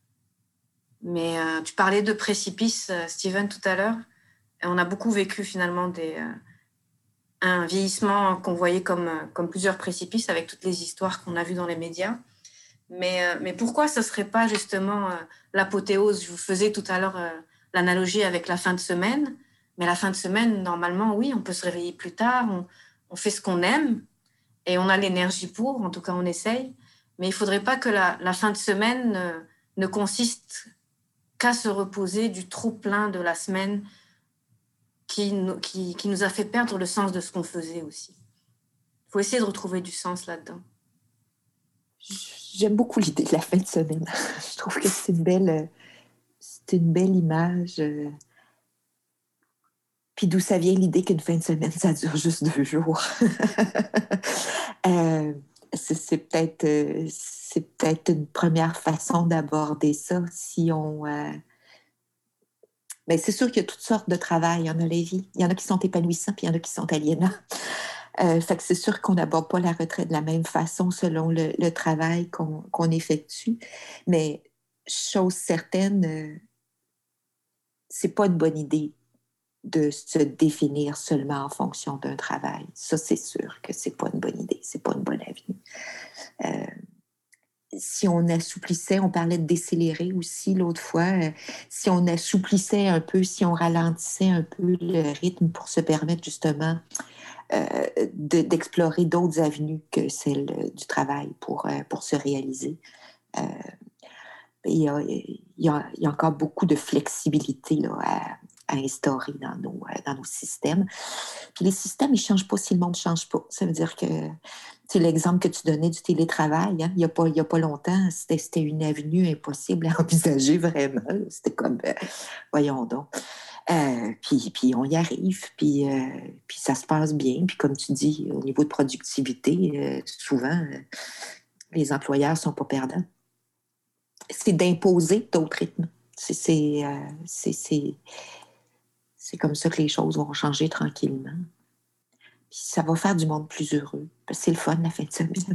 Mais euh, tu parlais de précipice, euh, Steven, tout à l'heure, et on a beaucoup vécu finalement des, euh, un vieillissement qu'on voyait comme, euh, comme plusieurs précipices avec toutes les histoires qu'on a vues dans les médias. Mais, euh, mais pourquoi ce ne serait pas justement euh, l'apothéose? Je vous faisais tout à l'heure euh, l'analogie avec la fin de semaine. Mais la fin de semaine, normalement, oui, on peut se réveiller plus tard, on, on fait ce qu'on aime et on a l'énergie pour, en tout cas on essaye. Mais il ne faudrait pas que la, la fin de semaine euh, ne consiste qu'à se reposer du trop-plein de la semaine qui, qui, qui nous a fait perdre le sens de ce qu'on faisait aussi. Il faut essayer de retrouver du sens là-dedans. J'aime beaucoup l'idée de la fin de semaine. Je trouve que c'est une belle, c'est une belle image. Puis d'où ça vient l'idée qu'une fin de semaine, ça dure juste deux jours. euh, c'est, c'est, peut-être, c'est peut-être une première façon d'aborder ça si on... Euh... Mais c'est sûr qu'il y a toutes sortes de travail, il y en a la vie. Il y en a qui sont épanouissants, puis il y en a qui sont aliénants. Euh, fait que c'est sûr qu'on n'aborde pas la retraite de la même façon selon le, le travail qu'on, qu'on effectue. Mais chose certaine, euh, c'est pas une bonne idée de se définir seulement en fonction d'un travail. Ça, c'est sûr que c'est pas une bonne idée, c'est pas une bonne avenue. Euh, si on assouplissait, on parlait de décélérer aussi l'autre fois, euh, si on assouplissait un peu, si on ralentissait un peu le rythme pour se permettre justement euh, de, d'explorer d'autres avenues que celle du travail pour, euh, pour se réaliser. Euh, il, y a, il, y a, il y a encore beaucoup de flexibilité là, à, à instaurer dans nos, dans nos systèmes. Puis les systèmes, ils ne changent pas si le monde ne change pas. Ça veut dire que, c'est l'exemple que tu donnais du télétravail, hein, il n'y a, a pas longtemps, c'était, c'était une avenue impossible à envisager vraiment. C'était comme, euh, voyons donc. Euh, puis, puis on y arrive, puis, euh, puis ça se passe bien. Puis comme tu dis, au niveau de productivité, euh, souvent, euh, les employeurs ne sont pas perdants. c'est d'imposer d'autres rythmes. C'est, c'est, euh, c'est, c'est, c'est comme ça que les choses vont changer tranquillement. Puis ça va faire du monde plus heureux. Parce que c'est le fun, la fin de semaine.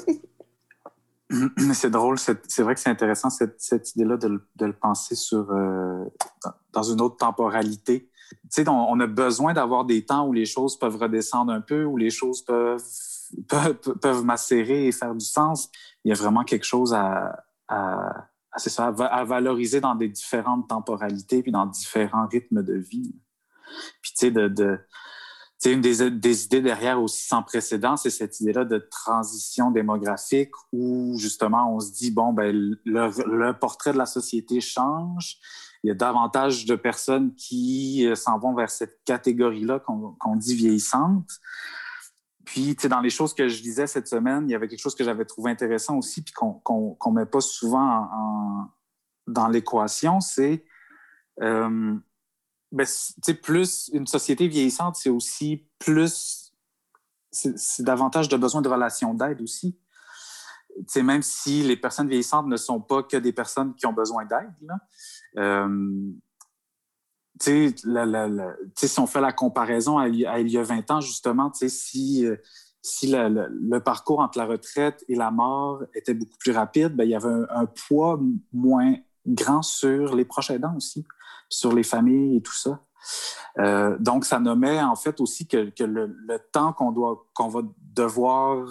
C'est drôle, c'est, c'est vrai que c'est intéressant, cette, cette idée-là de, le- de le penser sur, euh, dans, dans une autre temporalité. Tu sais, on, on a besoin d'avoir des temps où les choses peuvent redescendre un peu, où les choses peuvent, peuvent, peuvent macérer et faire du sens. Il y a vraiment quelque chose à, à, à, c'est ça, à, va- à valoriser dans des différentes temporalités puis dans différents rythmes de vie. Puis, tu sais, de, de, tu sais, une des, des idées derrière aussi sans précédent, c'est cette idée-là de transition démographique où, justement, on se dit, bon, ben, le, le portrait de la société change. Il y a davantage de personnes qui euh, s'en vont vers cette catégorie-là qu'on, qu'on dit vieillissante. Puis, tu sais, dans les choses que je disais cette semaine, il y avait quelque chose que j'avais trouvé intéressant aussi, puis qu'on qu'on, qu'on met pas souvent en, en, dans l'équation, c'est... Euh, ben, tu sais, plus une société vieillissante, c'est aussi plus, c'est, c'est davantage de besoin de relations d'aide aussi. Tu sais, même si les personnes vieillissantes ne sont pas que des personnes qui ont besoin d'aide, là, euh, tu sais, la, la, la, tu sais, si on fait la comparaison à, à il y a vingt ans, justement, tu sais, si, euh, si la, la, le parcours entre la retraite et la mort était beaucoup plus rapide, ben, il y avait un, un poids moins grand sur les proches aidants aussi, sur les familles et tout ça. Euh, donc, ça nommait en fait aussi que, que le, le temps qu'on doit, qu'on va devoir,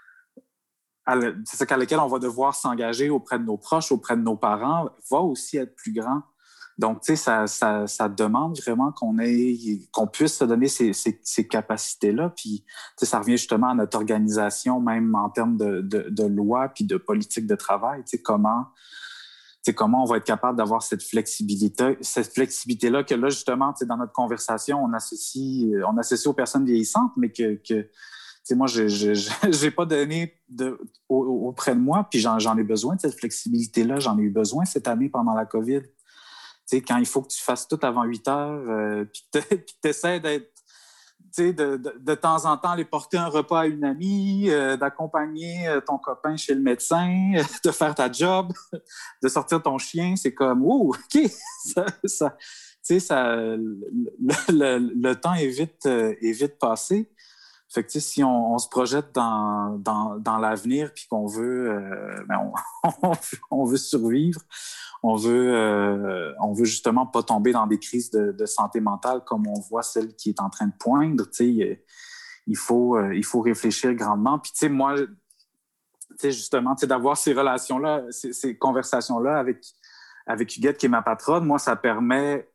à le, c'est ça, qu'à lequel on va devoir s'engager auprès de nos proches, auprès de nos parents, va aussi être plus grand. Donc, tu sais, ça, ça, ça demande vraiment qu'on ait, qu'on puisse se donner ces, ces, ces capacités-là. Puis, tu sais, ça revient justement à notre organisation, même en termes de, de, de loi puis de politique de travail. Tu sais, comment, tu sais, comment on va être capable d'avoir cette flexibilité, cette flexibilité-là que là, justement, tu sais, dans notre conversation, on associe, on associe aux personnes vieillissantes, mais que, que tu sais, moi, je n'ai pas donné de, au, auprès de moi, puis j'en, j'en ai besoin de cette flexibilité-là. J'en ai eu besoin cette année pendant la COVID. Tu sais, quand il faut que tu fasses tout avant huit heures, euh, puis que tu essaies d'être, tu sais, de, de, de temps en temps aller porter un repas à une amie, euh, d'accompagner ton copain chez le médecin, de faire ta job, de sortir ton chien, c'est comme, oh, OK, ça, ça, tu sais, ça, le, le, le temps est vite, est vite passé. Fait que, tu sais, si on, on se projette dans, dans, dans l'avenir puis qu'on veut, euh, ben on, on veut survivre, on veut, euh, on veut justement pas tomber dans des crises de, de santé mentale comme on voit celle qui est en train de poindre. Tu sais, il faut, euh, il faut réfléchir grandement. Puis, tu sais, moi, tu sais, justement, tu sais, d'avoir ces relations-là, ces, ces conversations-là avec, avec Huguette, qui est ma patronne, moi, ça permet...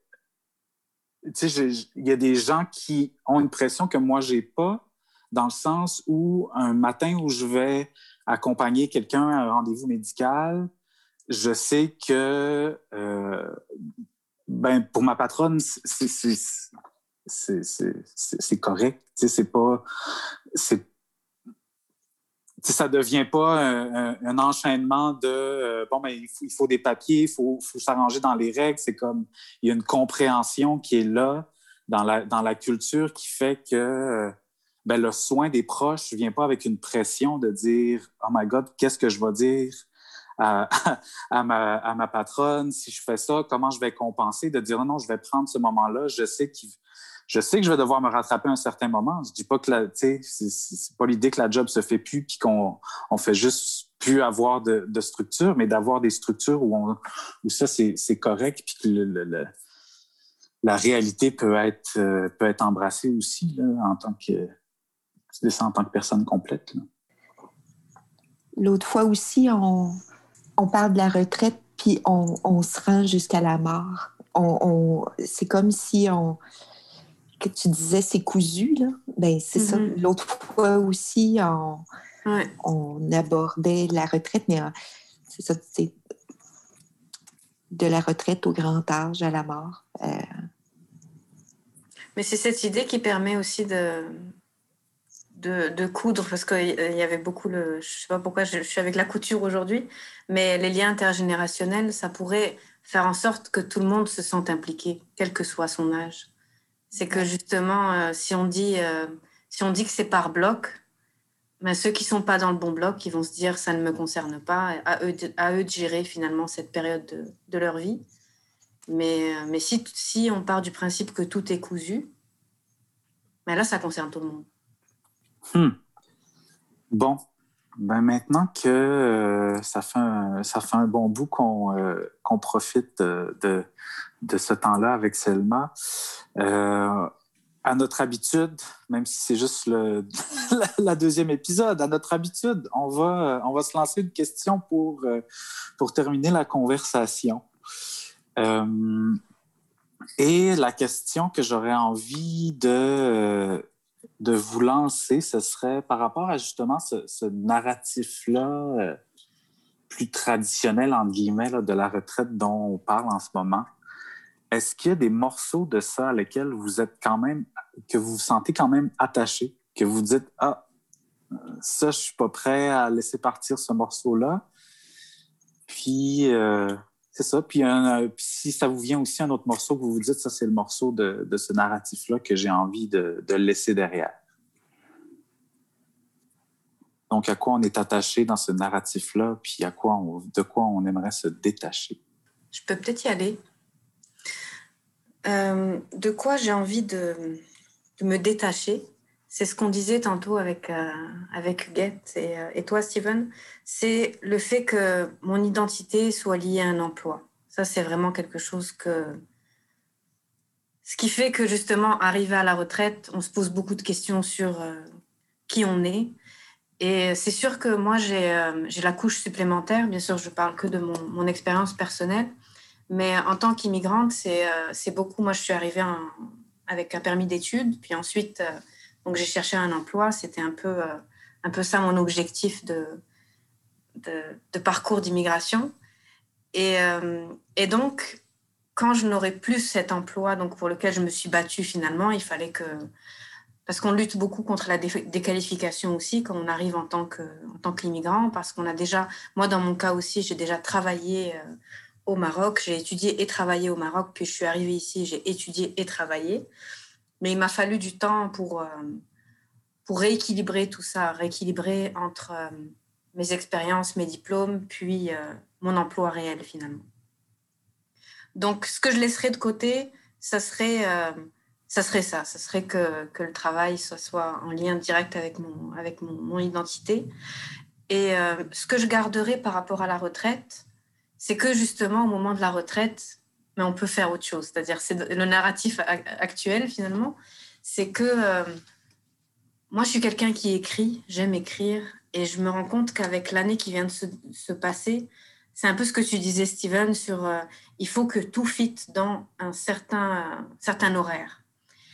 Tu sais, il y a des gens qui ont une pression que moi, j'ai pas, dans le sens où un matin où je vais accompagner quelqu'un à un rendez-vous médical, je sais que euh, ben, pour ma patronne, c'est, c'est, c'est, c'est, c'est correct. Tu sais, c'est pas... C'est, ça ne devient pas un, un enchaînement de euh, bon, ben, il faut, il faut des papiers, il faut, faut s'arranger dans les règles. C'est comme il y a une compréhension qui est là dans la, dans la culture qui fait que euh, ben, le soin des proches ne vient pas avec une pression de dire oh my God, qu'est-ce que je vais dire à, à, ma, à ma patronne si je fais ça, comment je vais compenser, de dire non, je vais prendre ce moment-là, je sais qu'il Je sais que je vais devoir me rattraper à un certain moment. Je dis pas que la, c'est, c'est pas l'idée que la job se fait plus puis qu'on on fait juste plus avoir de, de structure, mais d'avoir des structures où, on, où ça, c'est, c'est correct puis que le, le, le, la réalité peut être, euh, peut être embrassée aussi là, en tant que, en tant que personne complète. Là. L'autre fois aussi, on, on parle de la retraite puis on, on se rend jusqu'à la mort. On, on, c'est comme si on... que tu disais c'est cousu, là. Ben, c'est mm-hmm. ça. L'autre fois aussi, on, ouais. on abordait la retraite, mais c'est ça, c'est de la retraite au grand âge, à la mort. Euh... Mais c'est cette idée qui permet aussi de, de, de coudre, parce qu'il y avait beaucoup le... Je ne sais pas pourquoi je, je suis avec la couture aujourd'hui, mais les liens intergénérationnels, ça pourrait faire en sorte que tout le monde se sente impliqué, quel que soit son âge. C'est que justement, euh, si, on dit, euh, si on dit que c'est par bloc, ben, ceux qui ne sont pas dans le bon bloc, ils vont se dire ça ne me concerne pas, à eux de, à eux de gérer finalement cette période de, de leur vie. Mais, mais si, si on part du principe que tout est cousu, ben là, ça concerne tout le monde. Hmm. Bon, ben maintenant que euh, ça, fait un, ça fait un bon bout qu'on, euh, qu'on profite de, de, de ce temps-là avec Selma, euh, à notre habitude, même si c'est juste le, la, la deuxième épisode, à notre habitude, on va, on va se lancer une question pour, pour terminer la conversation. Euh, et la question que j'aurais envie de, de vous lancer, ce serait par rapport à justement ce, ce narratif-là euh, plus traditionnel, entre guillemets, là, de la retraite dont on parle en ce moment. Est-ce qu'il y a des morceaux de ça à lesquels vous êtes quand même, que vous vous sentez quand même attaché, que vous dites « Ah, ça, je suis pas prêt à laisser partir ce morceau-là. » Puis, euh, c'est ça. Puis, un, puis, si ça vous vient aussi un autre morceau que vous vous dites « Ça, c'est le morceau de, de ce narratif-là que j'ai envie de, de laisser derrière. » Donc, à quoi on est attaché dans ce narratif-là, puis à quoi on, de quoi on aimerait se détacher. Je peux peut-être y aller. Euh, de quoi j'ai envie de, de me détacher, c'est ce qu'on disait tantôt avec, euh, avec Huguette et, euh, et toi, Steven, c'est le fait que mon identité soit liée à un emploi. Ça, c'est vraiment quelque chose que... Ce qui fait que, justement, arrivé à la retraite, on se pose beaucoup de questions sur euh, qui on est. Et c'est sûr que moi, j'ai, euh, j'ai la couche supplémentaire. Bien sûr, je parle que de mon, mon expérience personnelle. Mais en tant qu'immigrante, c'est, euh, c'est beaucoup... Moi, je suis arrivée en, avec un permis d'études. Puis ensuite, euh, donc j'ai cherché un emploi. C'était un peu, euh, un peu ça mon objectif de, de, de parcours d'immigration. Et, euh, et donc, quand je n'aurais plus cet emploi donc pour lequel je me suis battue finalement, il fallait que... Parce qu'on lutte beaucoup contre la dé- déqualification aussi quand on arrive en tant, que, en tant qu'immigrant. Parce qu'on a déjà... Moi, dans mon cas aussi, j'ai déjà travaillé... Euh, au Maroc, j'ai étudié et travaillé au Maroc, puis je suis arrivée ici, j'ai étudié et travaillé. Mais il m'a fallu du temps pour, euh, pour rééquilibrer tout ça, rééquilibrer entre euh, mes expériences, mes diplômes, puis euh, mon emploi réel finalement. Donc, ce que je laisserais de côté, ça serait, euh, ça serait ça, ça serait que, que le travail soit, soit en lien direct avec mon, avec mon, mon identité. Et euh, ce que je garderais par rapport à la retraite, c'est que justement, au moment de la retraite, mais on peut faire autre chose. C'est-à-dire, c'est le narratif actuel, finalement, c'est que euh, moi, je suis quelqu'un qui écrit, j'aime écrire, et je me rends compte qu'avec l'année qui vient de se, se passer, c'est un peu ce que tu disais, Steven, sur euh, il faut que tout fitte dans un certain, un certain horaire.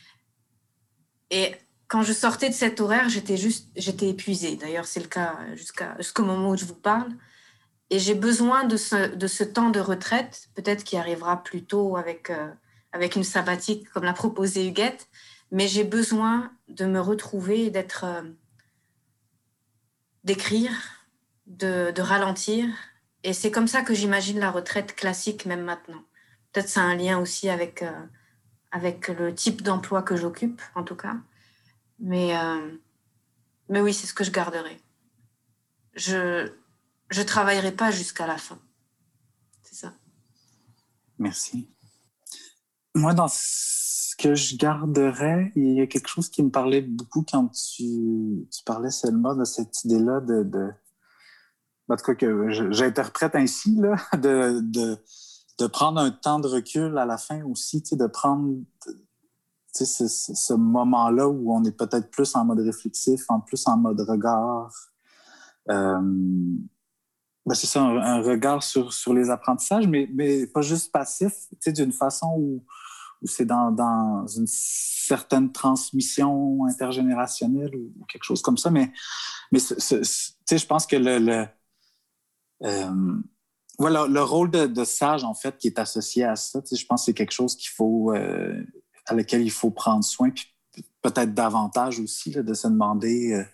Et quand je sortais de cet horaire, j'étais juste, j'étais épuisée. D'ailleurs, c'est le cas jusqu'à, jusqu'au moment où je vous parle. Et j'ai besoin de ce, de ce temps de retraite, peut-être qui arrivera plus tôt avec, euh, avec une sabbatique, comme l'a proposé Huguette, mais j'ai besoin de me retrouver, d'être, euh, d'écrire, de, de ralentir. Et c'est comme ça que j'imagine la retraite classique, même maintenant. Peut-être ça a un lien aussi avec, euh, avec le type d'emploi que j'occupe, en tout cas. Mais, euh, mais oui, c'est ce que je garderai. Je ne travaillerai pas jusqu'à la fin. C'est ça. Merci. Moi, dans ce que je garderais, il y a quelque chose qui me parlait beaucoup quand tu, tu parlais, Selma, de cette idée-là de... de... En tout cas, que j'interprète ainsi, là, de, de, de prendre un temps de recul à la fin aussi, tu sais, de prendre tu sais, ce, ce, ce moment-là où on est peut-être plus en mode réflexif, en plus en mode regard. Euh, ben c'est ça, un, un regard sur, sur les apprentissages, mais, mais pas juste passif, tu sais, d'une façon où, où c'est dans, dans une certaine transmission intergénérationnelle ou, ou quelque chose comme ça. Mais, mais ce, ce, ce, tu sais, je pense que le... le euh, voilà, le rôle de, de sage, en fait, qui est associé à ça, tu sais, je pense que c'est quelque chose qu'il faut... Euh, à laquelle il faut prendre soin, puis peut-être davantage aussi, là, de se demander euh,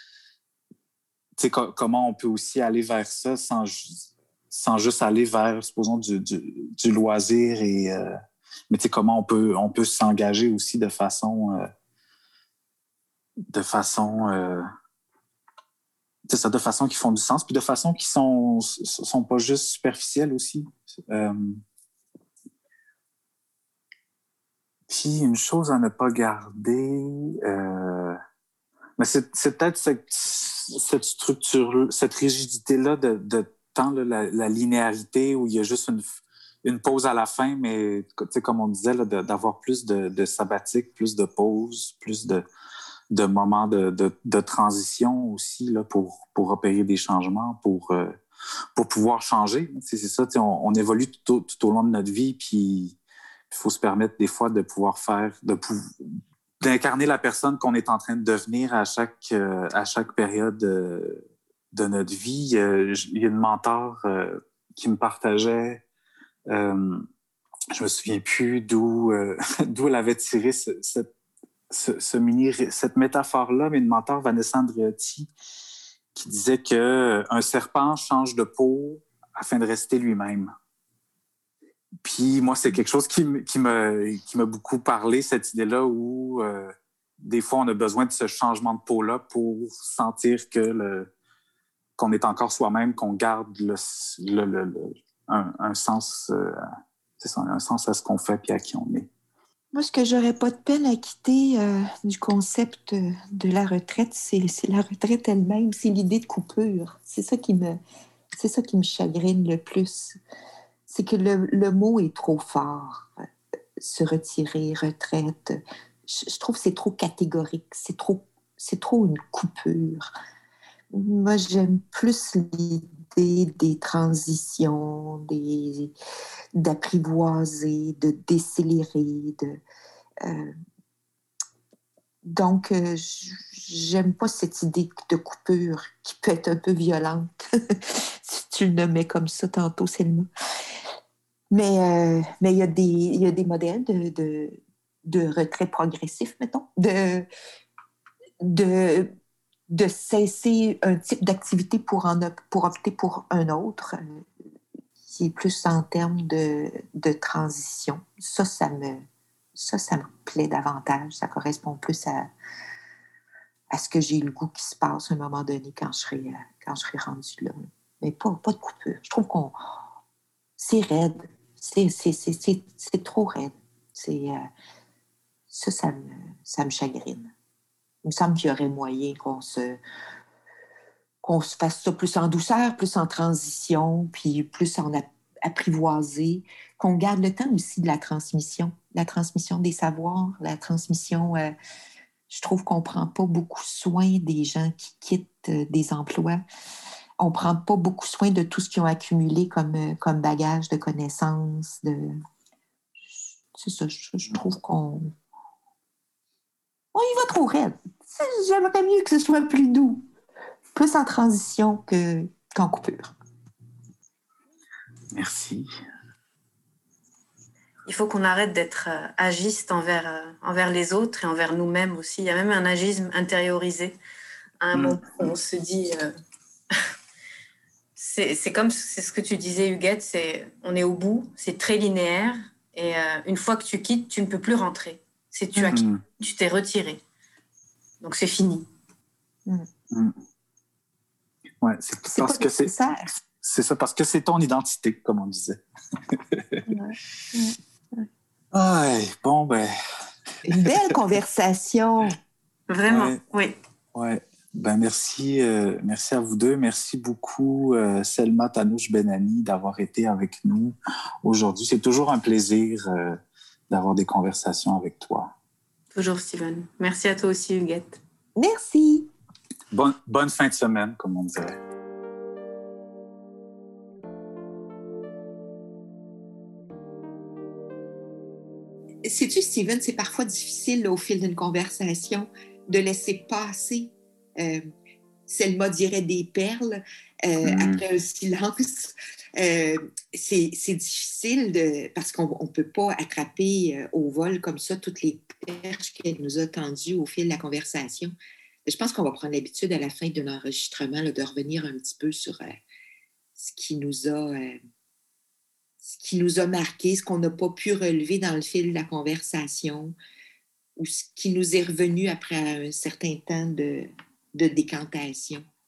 co- comment on peut aussi aller vers ça sans, sans juste aller vers, supposons, du, du, du loisir, et, euh, mais comment on peut, on peut s'engager aussi de façon, euh, de façon euh, c'est ça, de façon qui font du sens, puis de façon qui sont, sont pas juste superficielles aussi. Euh, puis une chose à ne pas garder, euh, mais c'est, c'est peut-être cette, cette structure, cette rigidité-là de, de tant là, la, la linéarité où il y a juste une, une pause à la fin, mais comme on disait, là, de, d'avoir plus de, de sabbatique, plus de pauses, plus de, de moments de, de, de transition aussi là, pour, pour opérer des changements, pour, euh, pour pouvoir changer. C'est, c'est ça, on, on évolue tout au, tout au long de notre vie, puis il faut se permettre des fois de pouvoir faire, de pou- d'incarner la personne qu'on est en train de devenir à chaque, euh, à chaque période euh, de notre vie. Euh, il y a une mentor euh, qui me partageait, euh, je me souviens plus d'où, euh, d'où elle avait tiré ce, cette, ce, ce mini, cette métaphore-là, mais une mentor, Vanessa Andreotti, qui disait qu'un serpent change de peau afin de rester lui-même. Puis moi, c'est quelque chose qui, m- qui, me, qui m'a beaucoup parlé, cette idée-là où euh, des fois, on a besoin de ce changement de peau-là pour sentir que le, qu'on est encore soi-même, qu'on garde le, le, le, le- un, un sens, euh, c'est ça, un sens à ce qu'on fait puis à qui on est. Moi, ce que j'aurais pas de peine à quitter euh, du concept euh, de la retraite, c'est, c'est la retraite elle-même, c'est l'idée de coupure. C'est ça qui me, c'est ça qui me chagrine le plus. C'est que le, le mot est trop fort. Se retirer, retraite. Je, je trouve que c'est trop catégorique. C'est trop, c'est trop une coupure. Moi, j'aime plus l'idée des transitions, des, d'apprivoiser, de décélérer, de... Euh, donc, euh, j'aime pas cette idée de coupure qui peut être un peu violente. Si tu le nommais comme ça tantôt, Selma. Mais euh, mais il y a des il y a des modèles de, de, de retrait progressif, mettons, de, de, de cesser un type d'activité pour, en, pour opter pour un autre, euh, qui est plus en termes de, de transition. Ça, ça me, ça, ça me plaît davantage. Ça correspond plus à, à ce que j'ai le goût qui se passe à un moment donné quand je serai, quand je serai rendue là. Mais pas, pas de coupure. Je trouve qu'on... C'est raide. C'est, c'est, c'est, c'est, c'est trop raide. C'est, euh, ça, ça me, ça me chagrine. Il me semble qu'il y aurait moyen qu'on se, qu'on se fasse ça plus en douceur, plus en transition, puis plus en apprivoisé, qu'on garde le temps aussi de la transmission, la transmission des savoirs, la transmission... Euh, je trouve qu'on ne prend pas beaucoup soin des gens qui quittent euh, des emplois. On ne prend pas beaucoup soin de tout ce qu'ils ont accumulé comme, euh, comme bagage de connaissances. De... C'est ça, je, je trouve qu'on... On y va trop raide. J'aimerais mieux que ce soit plus doux. Plus en transition que, qu'en coupure. Merci. Il faut qu'on arrête d'être euh, agiste envers, euh, envers les autres et envers nous-mêmes aussi. Il y a même un agisme intériorisé. À un mm. moment où on se dit... Euh, c'est, c'est comme c'est ce que tu disais, Huguette, c'est, on est au bout, c'est très linéaire. Et euh, une fois que tu quittes, tu ne peux plus rentrer. C'est tu, as quitté, mm. tu t'es retiré. Donc c'est fini. Mm. Mm. Ouais, c'est, c'est parce que c'est ça. C'est ça, parce que c'est ton identité, comme on disait. Ouais. Ouais. Ouais, bon, ben... Une belle conversation. Vraiment, ouais. Oui. Ouais. Ben, merci, euh, merci à vous deux. Merci beaucoup, euh, Selma Tanouche Benani, d'avoir été avec nous aujourd'hui. C'est toujours un plaisir euh, d'avoir des conversations avec toi. Toujours, Steven. Merci à toi aussi, Huguette. Merci. Bonne, bonne fin de semaine, comme on dirait. Sais-tu, Steven, c'est parfois difficile là, au fil d'une conversation de laisser passer, euh, Selma dirait des perles, euh, mmh. après un silence. Euh, c'est, c'est difficile de, parce qu'on ne peut pas attraper euh, au vol comme ça toutes les perches qu'elle nous a tendues au fil de la conversation. Je pense qu'on va prendre l'habitude à la fin d'un enregistrement là, de revenir un petit peu sur euh, ce qui nous a... Euh, ce qui nous a marqué, ce qu'on n'a pas pu relever dans le fil de la conversation ou ce qui nous est revenu après un certain temps de, de décantation.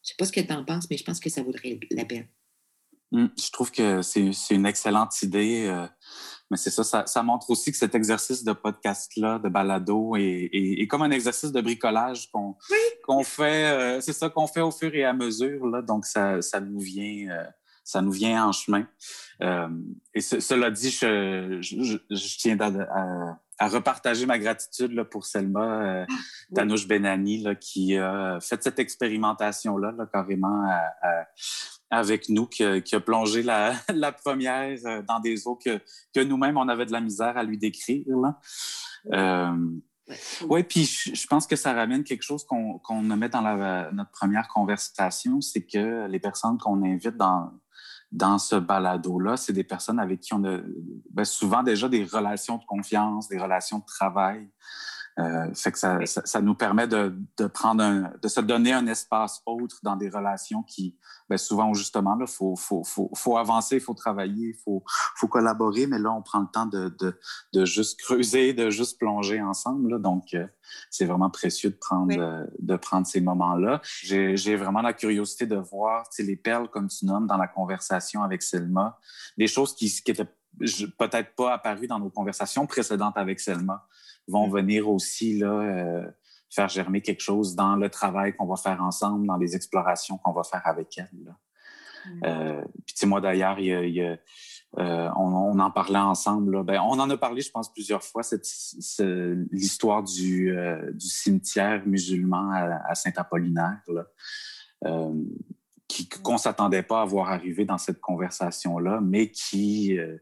sais pas ce que tu en penses, mais je pense que ça vaudrait la peine. Mmh, je trouve que c'est, c'est une excellente idée. Euh, mais c'est ça, ça, ça montre aussi que cet exercice de podcast-là, de balado, est, est, est comme un exercice de bricolage qu'on, oui. qu'on fait, euh, c'est ça qu'on fait au fur et à mesure. Là, donc, ça, ça nous vient... Euh, ça nous vient en chemin. Euh, et ce, cela dit, je, je, je tiens à, à, à repartager ma gratitude là, pour Selma euh, oui. Tanouche Benani là, qui a fait cette expérimentation-là là, carrément à, à, avec nous, qui a, qui a plongé la, la première dans des eaux que, que nous-mêmes, on avait de la misère à lui décrire. Là. Oui, euh, ouais, puis je, je pense que ça ramène quelque chose qu'on, qu'on met dans la, notre première conversation, c'est que les personnes qu'on invite dans dans ce balado-là, c'est des personnes avec qui on a ben, souvent déjà des relations de confiance, des relations de travail. Euh, fait que ça, ça, ça nous permet de, de prendre un, de se donner un espace autre dans des relations qui, ben souvent justement là, faut, faut, faut, faut avancer, il faut travailler, il faut, faut collaborer, mais là on prend le temps de, de, de juste creuser, de juste plonger ensemble. Là, donc euh, c'est vraiment précieux de prendre, oui. euh, de prendre ces moments-là. J'ai, j'ai vraiment la curiosité de voir, tu sais, les perles comme tu nommes dans la conversation avec Selma, des choses qui, qui étaient peut-être pas apparues dans nos conversations précédentes avec Selma. Vont venir aussi là, euh, faire germer quelque chose dans le travail qu'on va faire ensemble, dans les explorations qu'on va faire avec elle. Là. Mm. Euh, puis tu sais, moi d'ailleurs, il y a, il y a, euh, on, on en parlait ensemble. Là. Ben, on en a parlé, je pense, plusieurs fois, cette, cette, l'histoire du, euh, du cimetière musulman à, à Saint-Apollinaire, là, euh, qui, qu'on ne s'attendait pas à voir arriver dans cette conversation-là, mais qui... Euh,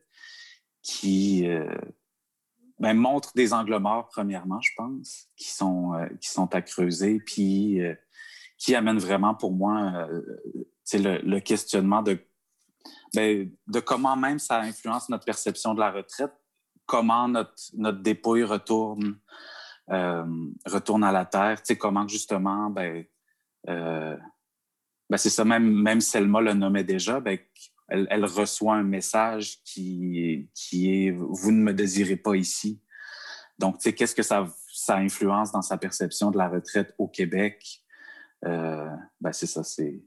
qui euh, Ben, montre des angles morts, premièrement, je pense, qui sont, euh, qui sont à creuser, puis euh, qui amènent vraiment, pour moi, euh, le, le questionnement de, ben, de comment même ça influence notre perception de la retraite, comment notre, notre dépouille retourne, euh, retourne à la terre, comment justement, ben, euh, ben c'est ça, même, même Selma le nommait déjà, ben, elle, elle reçoit un message qui, qui est « Vous ne me désirez pas ici ». Donc, tu sais, qu'est-ce que ça, ça influence dans sa perception de la retraite au Québec? Euh, ben, c'est ça, c'est...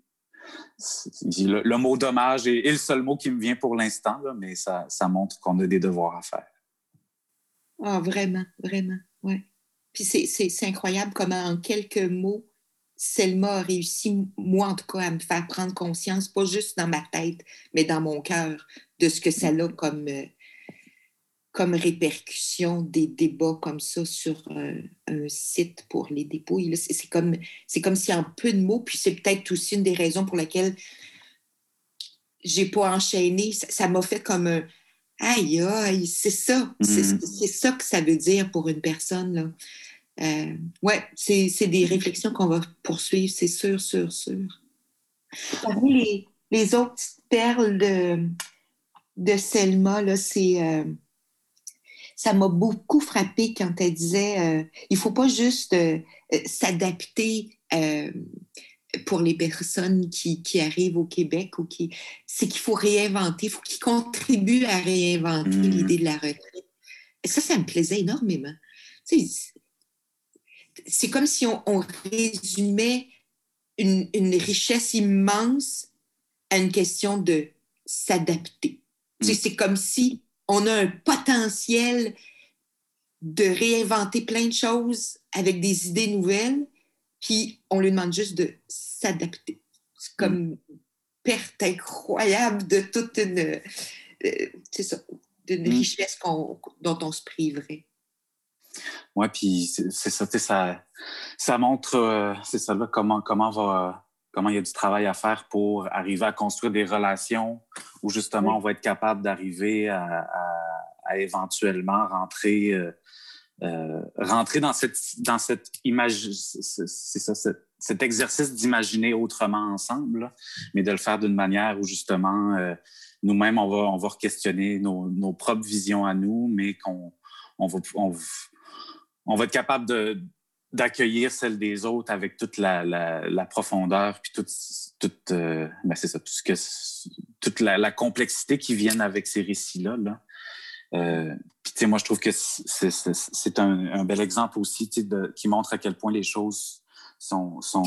c'est le, le mot « dommage » est, est le seul mot qui me vient pour l'instant, là, mais ça, ça montre qu'on a des devoirs à faire. Ah, oh, vraiment, vraiment, oui. Puis c'est, c'est, c'est incroyable comment, en quelques mots, Selma a réussi, moi en tout cas, à me faire prendre conscience, pas juste dans ma tête, mais dans mon cœur, de ce que ça a comme... Euh, comme répercussion des débats comme ça sur euh, un site pour les dépouilles. Là, c'est, c'est, comme, c'est comme si en peu de mots, puis c'est peut-être aussi une des raisons pour lesquelles j'ai pas enchaîné, ça, ça m'a fait comme un « aïe, aïe, c'est ça, mm-hmm. c'est, c'est ça que ça veut dire pour une personne. » là. Euh, ouais, c'est, c'est des réflexions qu'on va poursuivre, c'est sûr, sûr, sûr. Parmi les, les autres petites perles de, de Selma, là, c'est... Euh, ça m'a beaucoup frappée quand elle disait euh, il ne faut pas juste euh, s'adapter euh, pour les personnes qui, qui arrivent au Québec, ou qui, c'est qu'il faut réinventer, il faut qu'ils contribuent à réinventer mmh. l'idée de la retraite. Et ça, ça me plaisait énormément. C'est, c'est comme si on, on résumait une, une richesse immense à une question de s'adapter. Mmh. C'est, c'est comme si on a un potentiel de réinventer plein de choses avec des idées nouvelles, puis on lui demande juste de s'adapter. C'est comme une perte incroyable de toute une, euh, c'est ça, d'une mm. richesse qu'on, dont on se priverait. Oui, puis c'est, c'est ça, ça, ça montre, euh, c'est ça là, comment, comment va... comment il y a du travail à faire pour arriver à construire des relations où justement oui. on va être capable d'arriver à, à, à éventuellement rentrer, euh, euh, rentrer dans cette, dans cette image, c'est, c'est ça, cet, cet exercice d'imaginer autrement ensemble, là, mais de le faire d'une manière où justement euh, nous-mêmes on va, on va questionner nos, nos propres visions à nous, mais qu'on on va, on, on va être capable de d'accueillir celle des autres avec toute la, la, la profondeur puis toute, toute euh, ben c'est ça, tout ce que toute la, la complexité qui vient avec ces récits-là. Là. Euh, puis tu sais, moi je trouve que c'est, c'est, c'est un, un bel exemple aussi, tu sais, de, qui montre à quel point les choses sont, sont,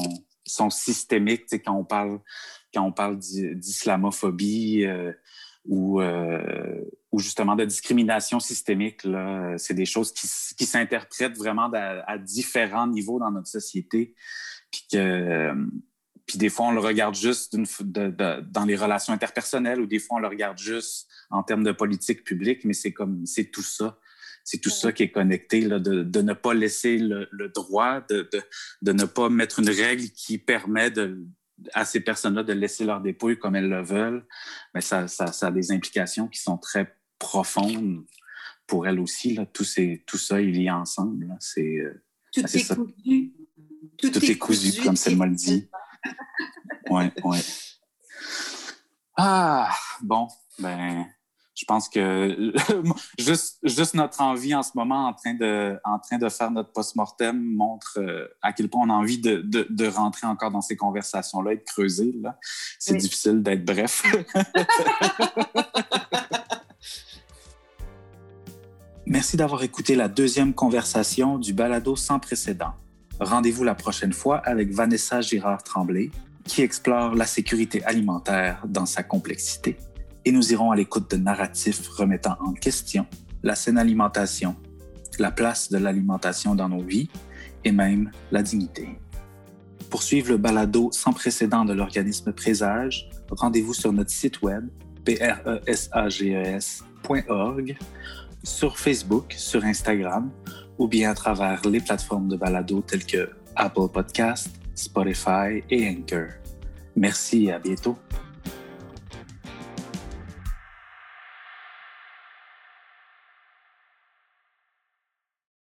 sont systémiques. Quand on parle, quand on parle d'islamophobie euh, ou, euh, ou justement de discrimination systémique, là, c'est des choses qui, qui s'interprètent vraiment à, à différents niveaux dans notre société. Puis que... Puis des fois, on le regarde juste d'une, de, de, dans les relations interpersonnelles ou des fois, on le regarde juste en termes de politique publique, mais c'est comme c'est tout ça. C'est tout ouais. ça qui est connecté, là, de, de ne pas laisser le, le droit, de, de, de ne pas mettre une règle qui permet de, à ces personnes-là de laisser leur dépouille comme elles le veulent. Mais ça, ça, ça a des implications qui sont très profondes pour elles aussi. Là. Tout, ces, tout ça est lié ensemble. Là. C'est, tout c'est est ça. cousu. Tout, tout est, est cousu, cousu comme Selma le dit. Oui, oui. Ah, bon, ben, je pense que juste, juste notre envie en ce moment en train de, en train de faire notre post-mortem montre euh, à quel point on a envie de, de, de rentrer encore dans ces conversations-là et de creuser. Là. C'est oui. difficile d'être bref. Merci d'avoir écouté la deuxième conversation du balado sans précédent. Rendez-vous la prochaine fois avec Vanessa Girard-Tremblay, qui explore la sécurité alimentaire dans sa complexité. Et nous irons à l'écoute de narratifs remettant en question la saine alimentation, la place de l'alimentation dans nos vies et même la dignité. Pour suivre le balado sans précédent de l'organisme Présage, rendez-vous sur notre site web presages point org, sur Facebook, sur Instagram ou bien à travers les plateformes de balado telles que Apple Podcasts, Spotify et Anchor. Merci et à bientôt.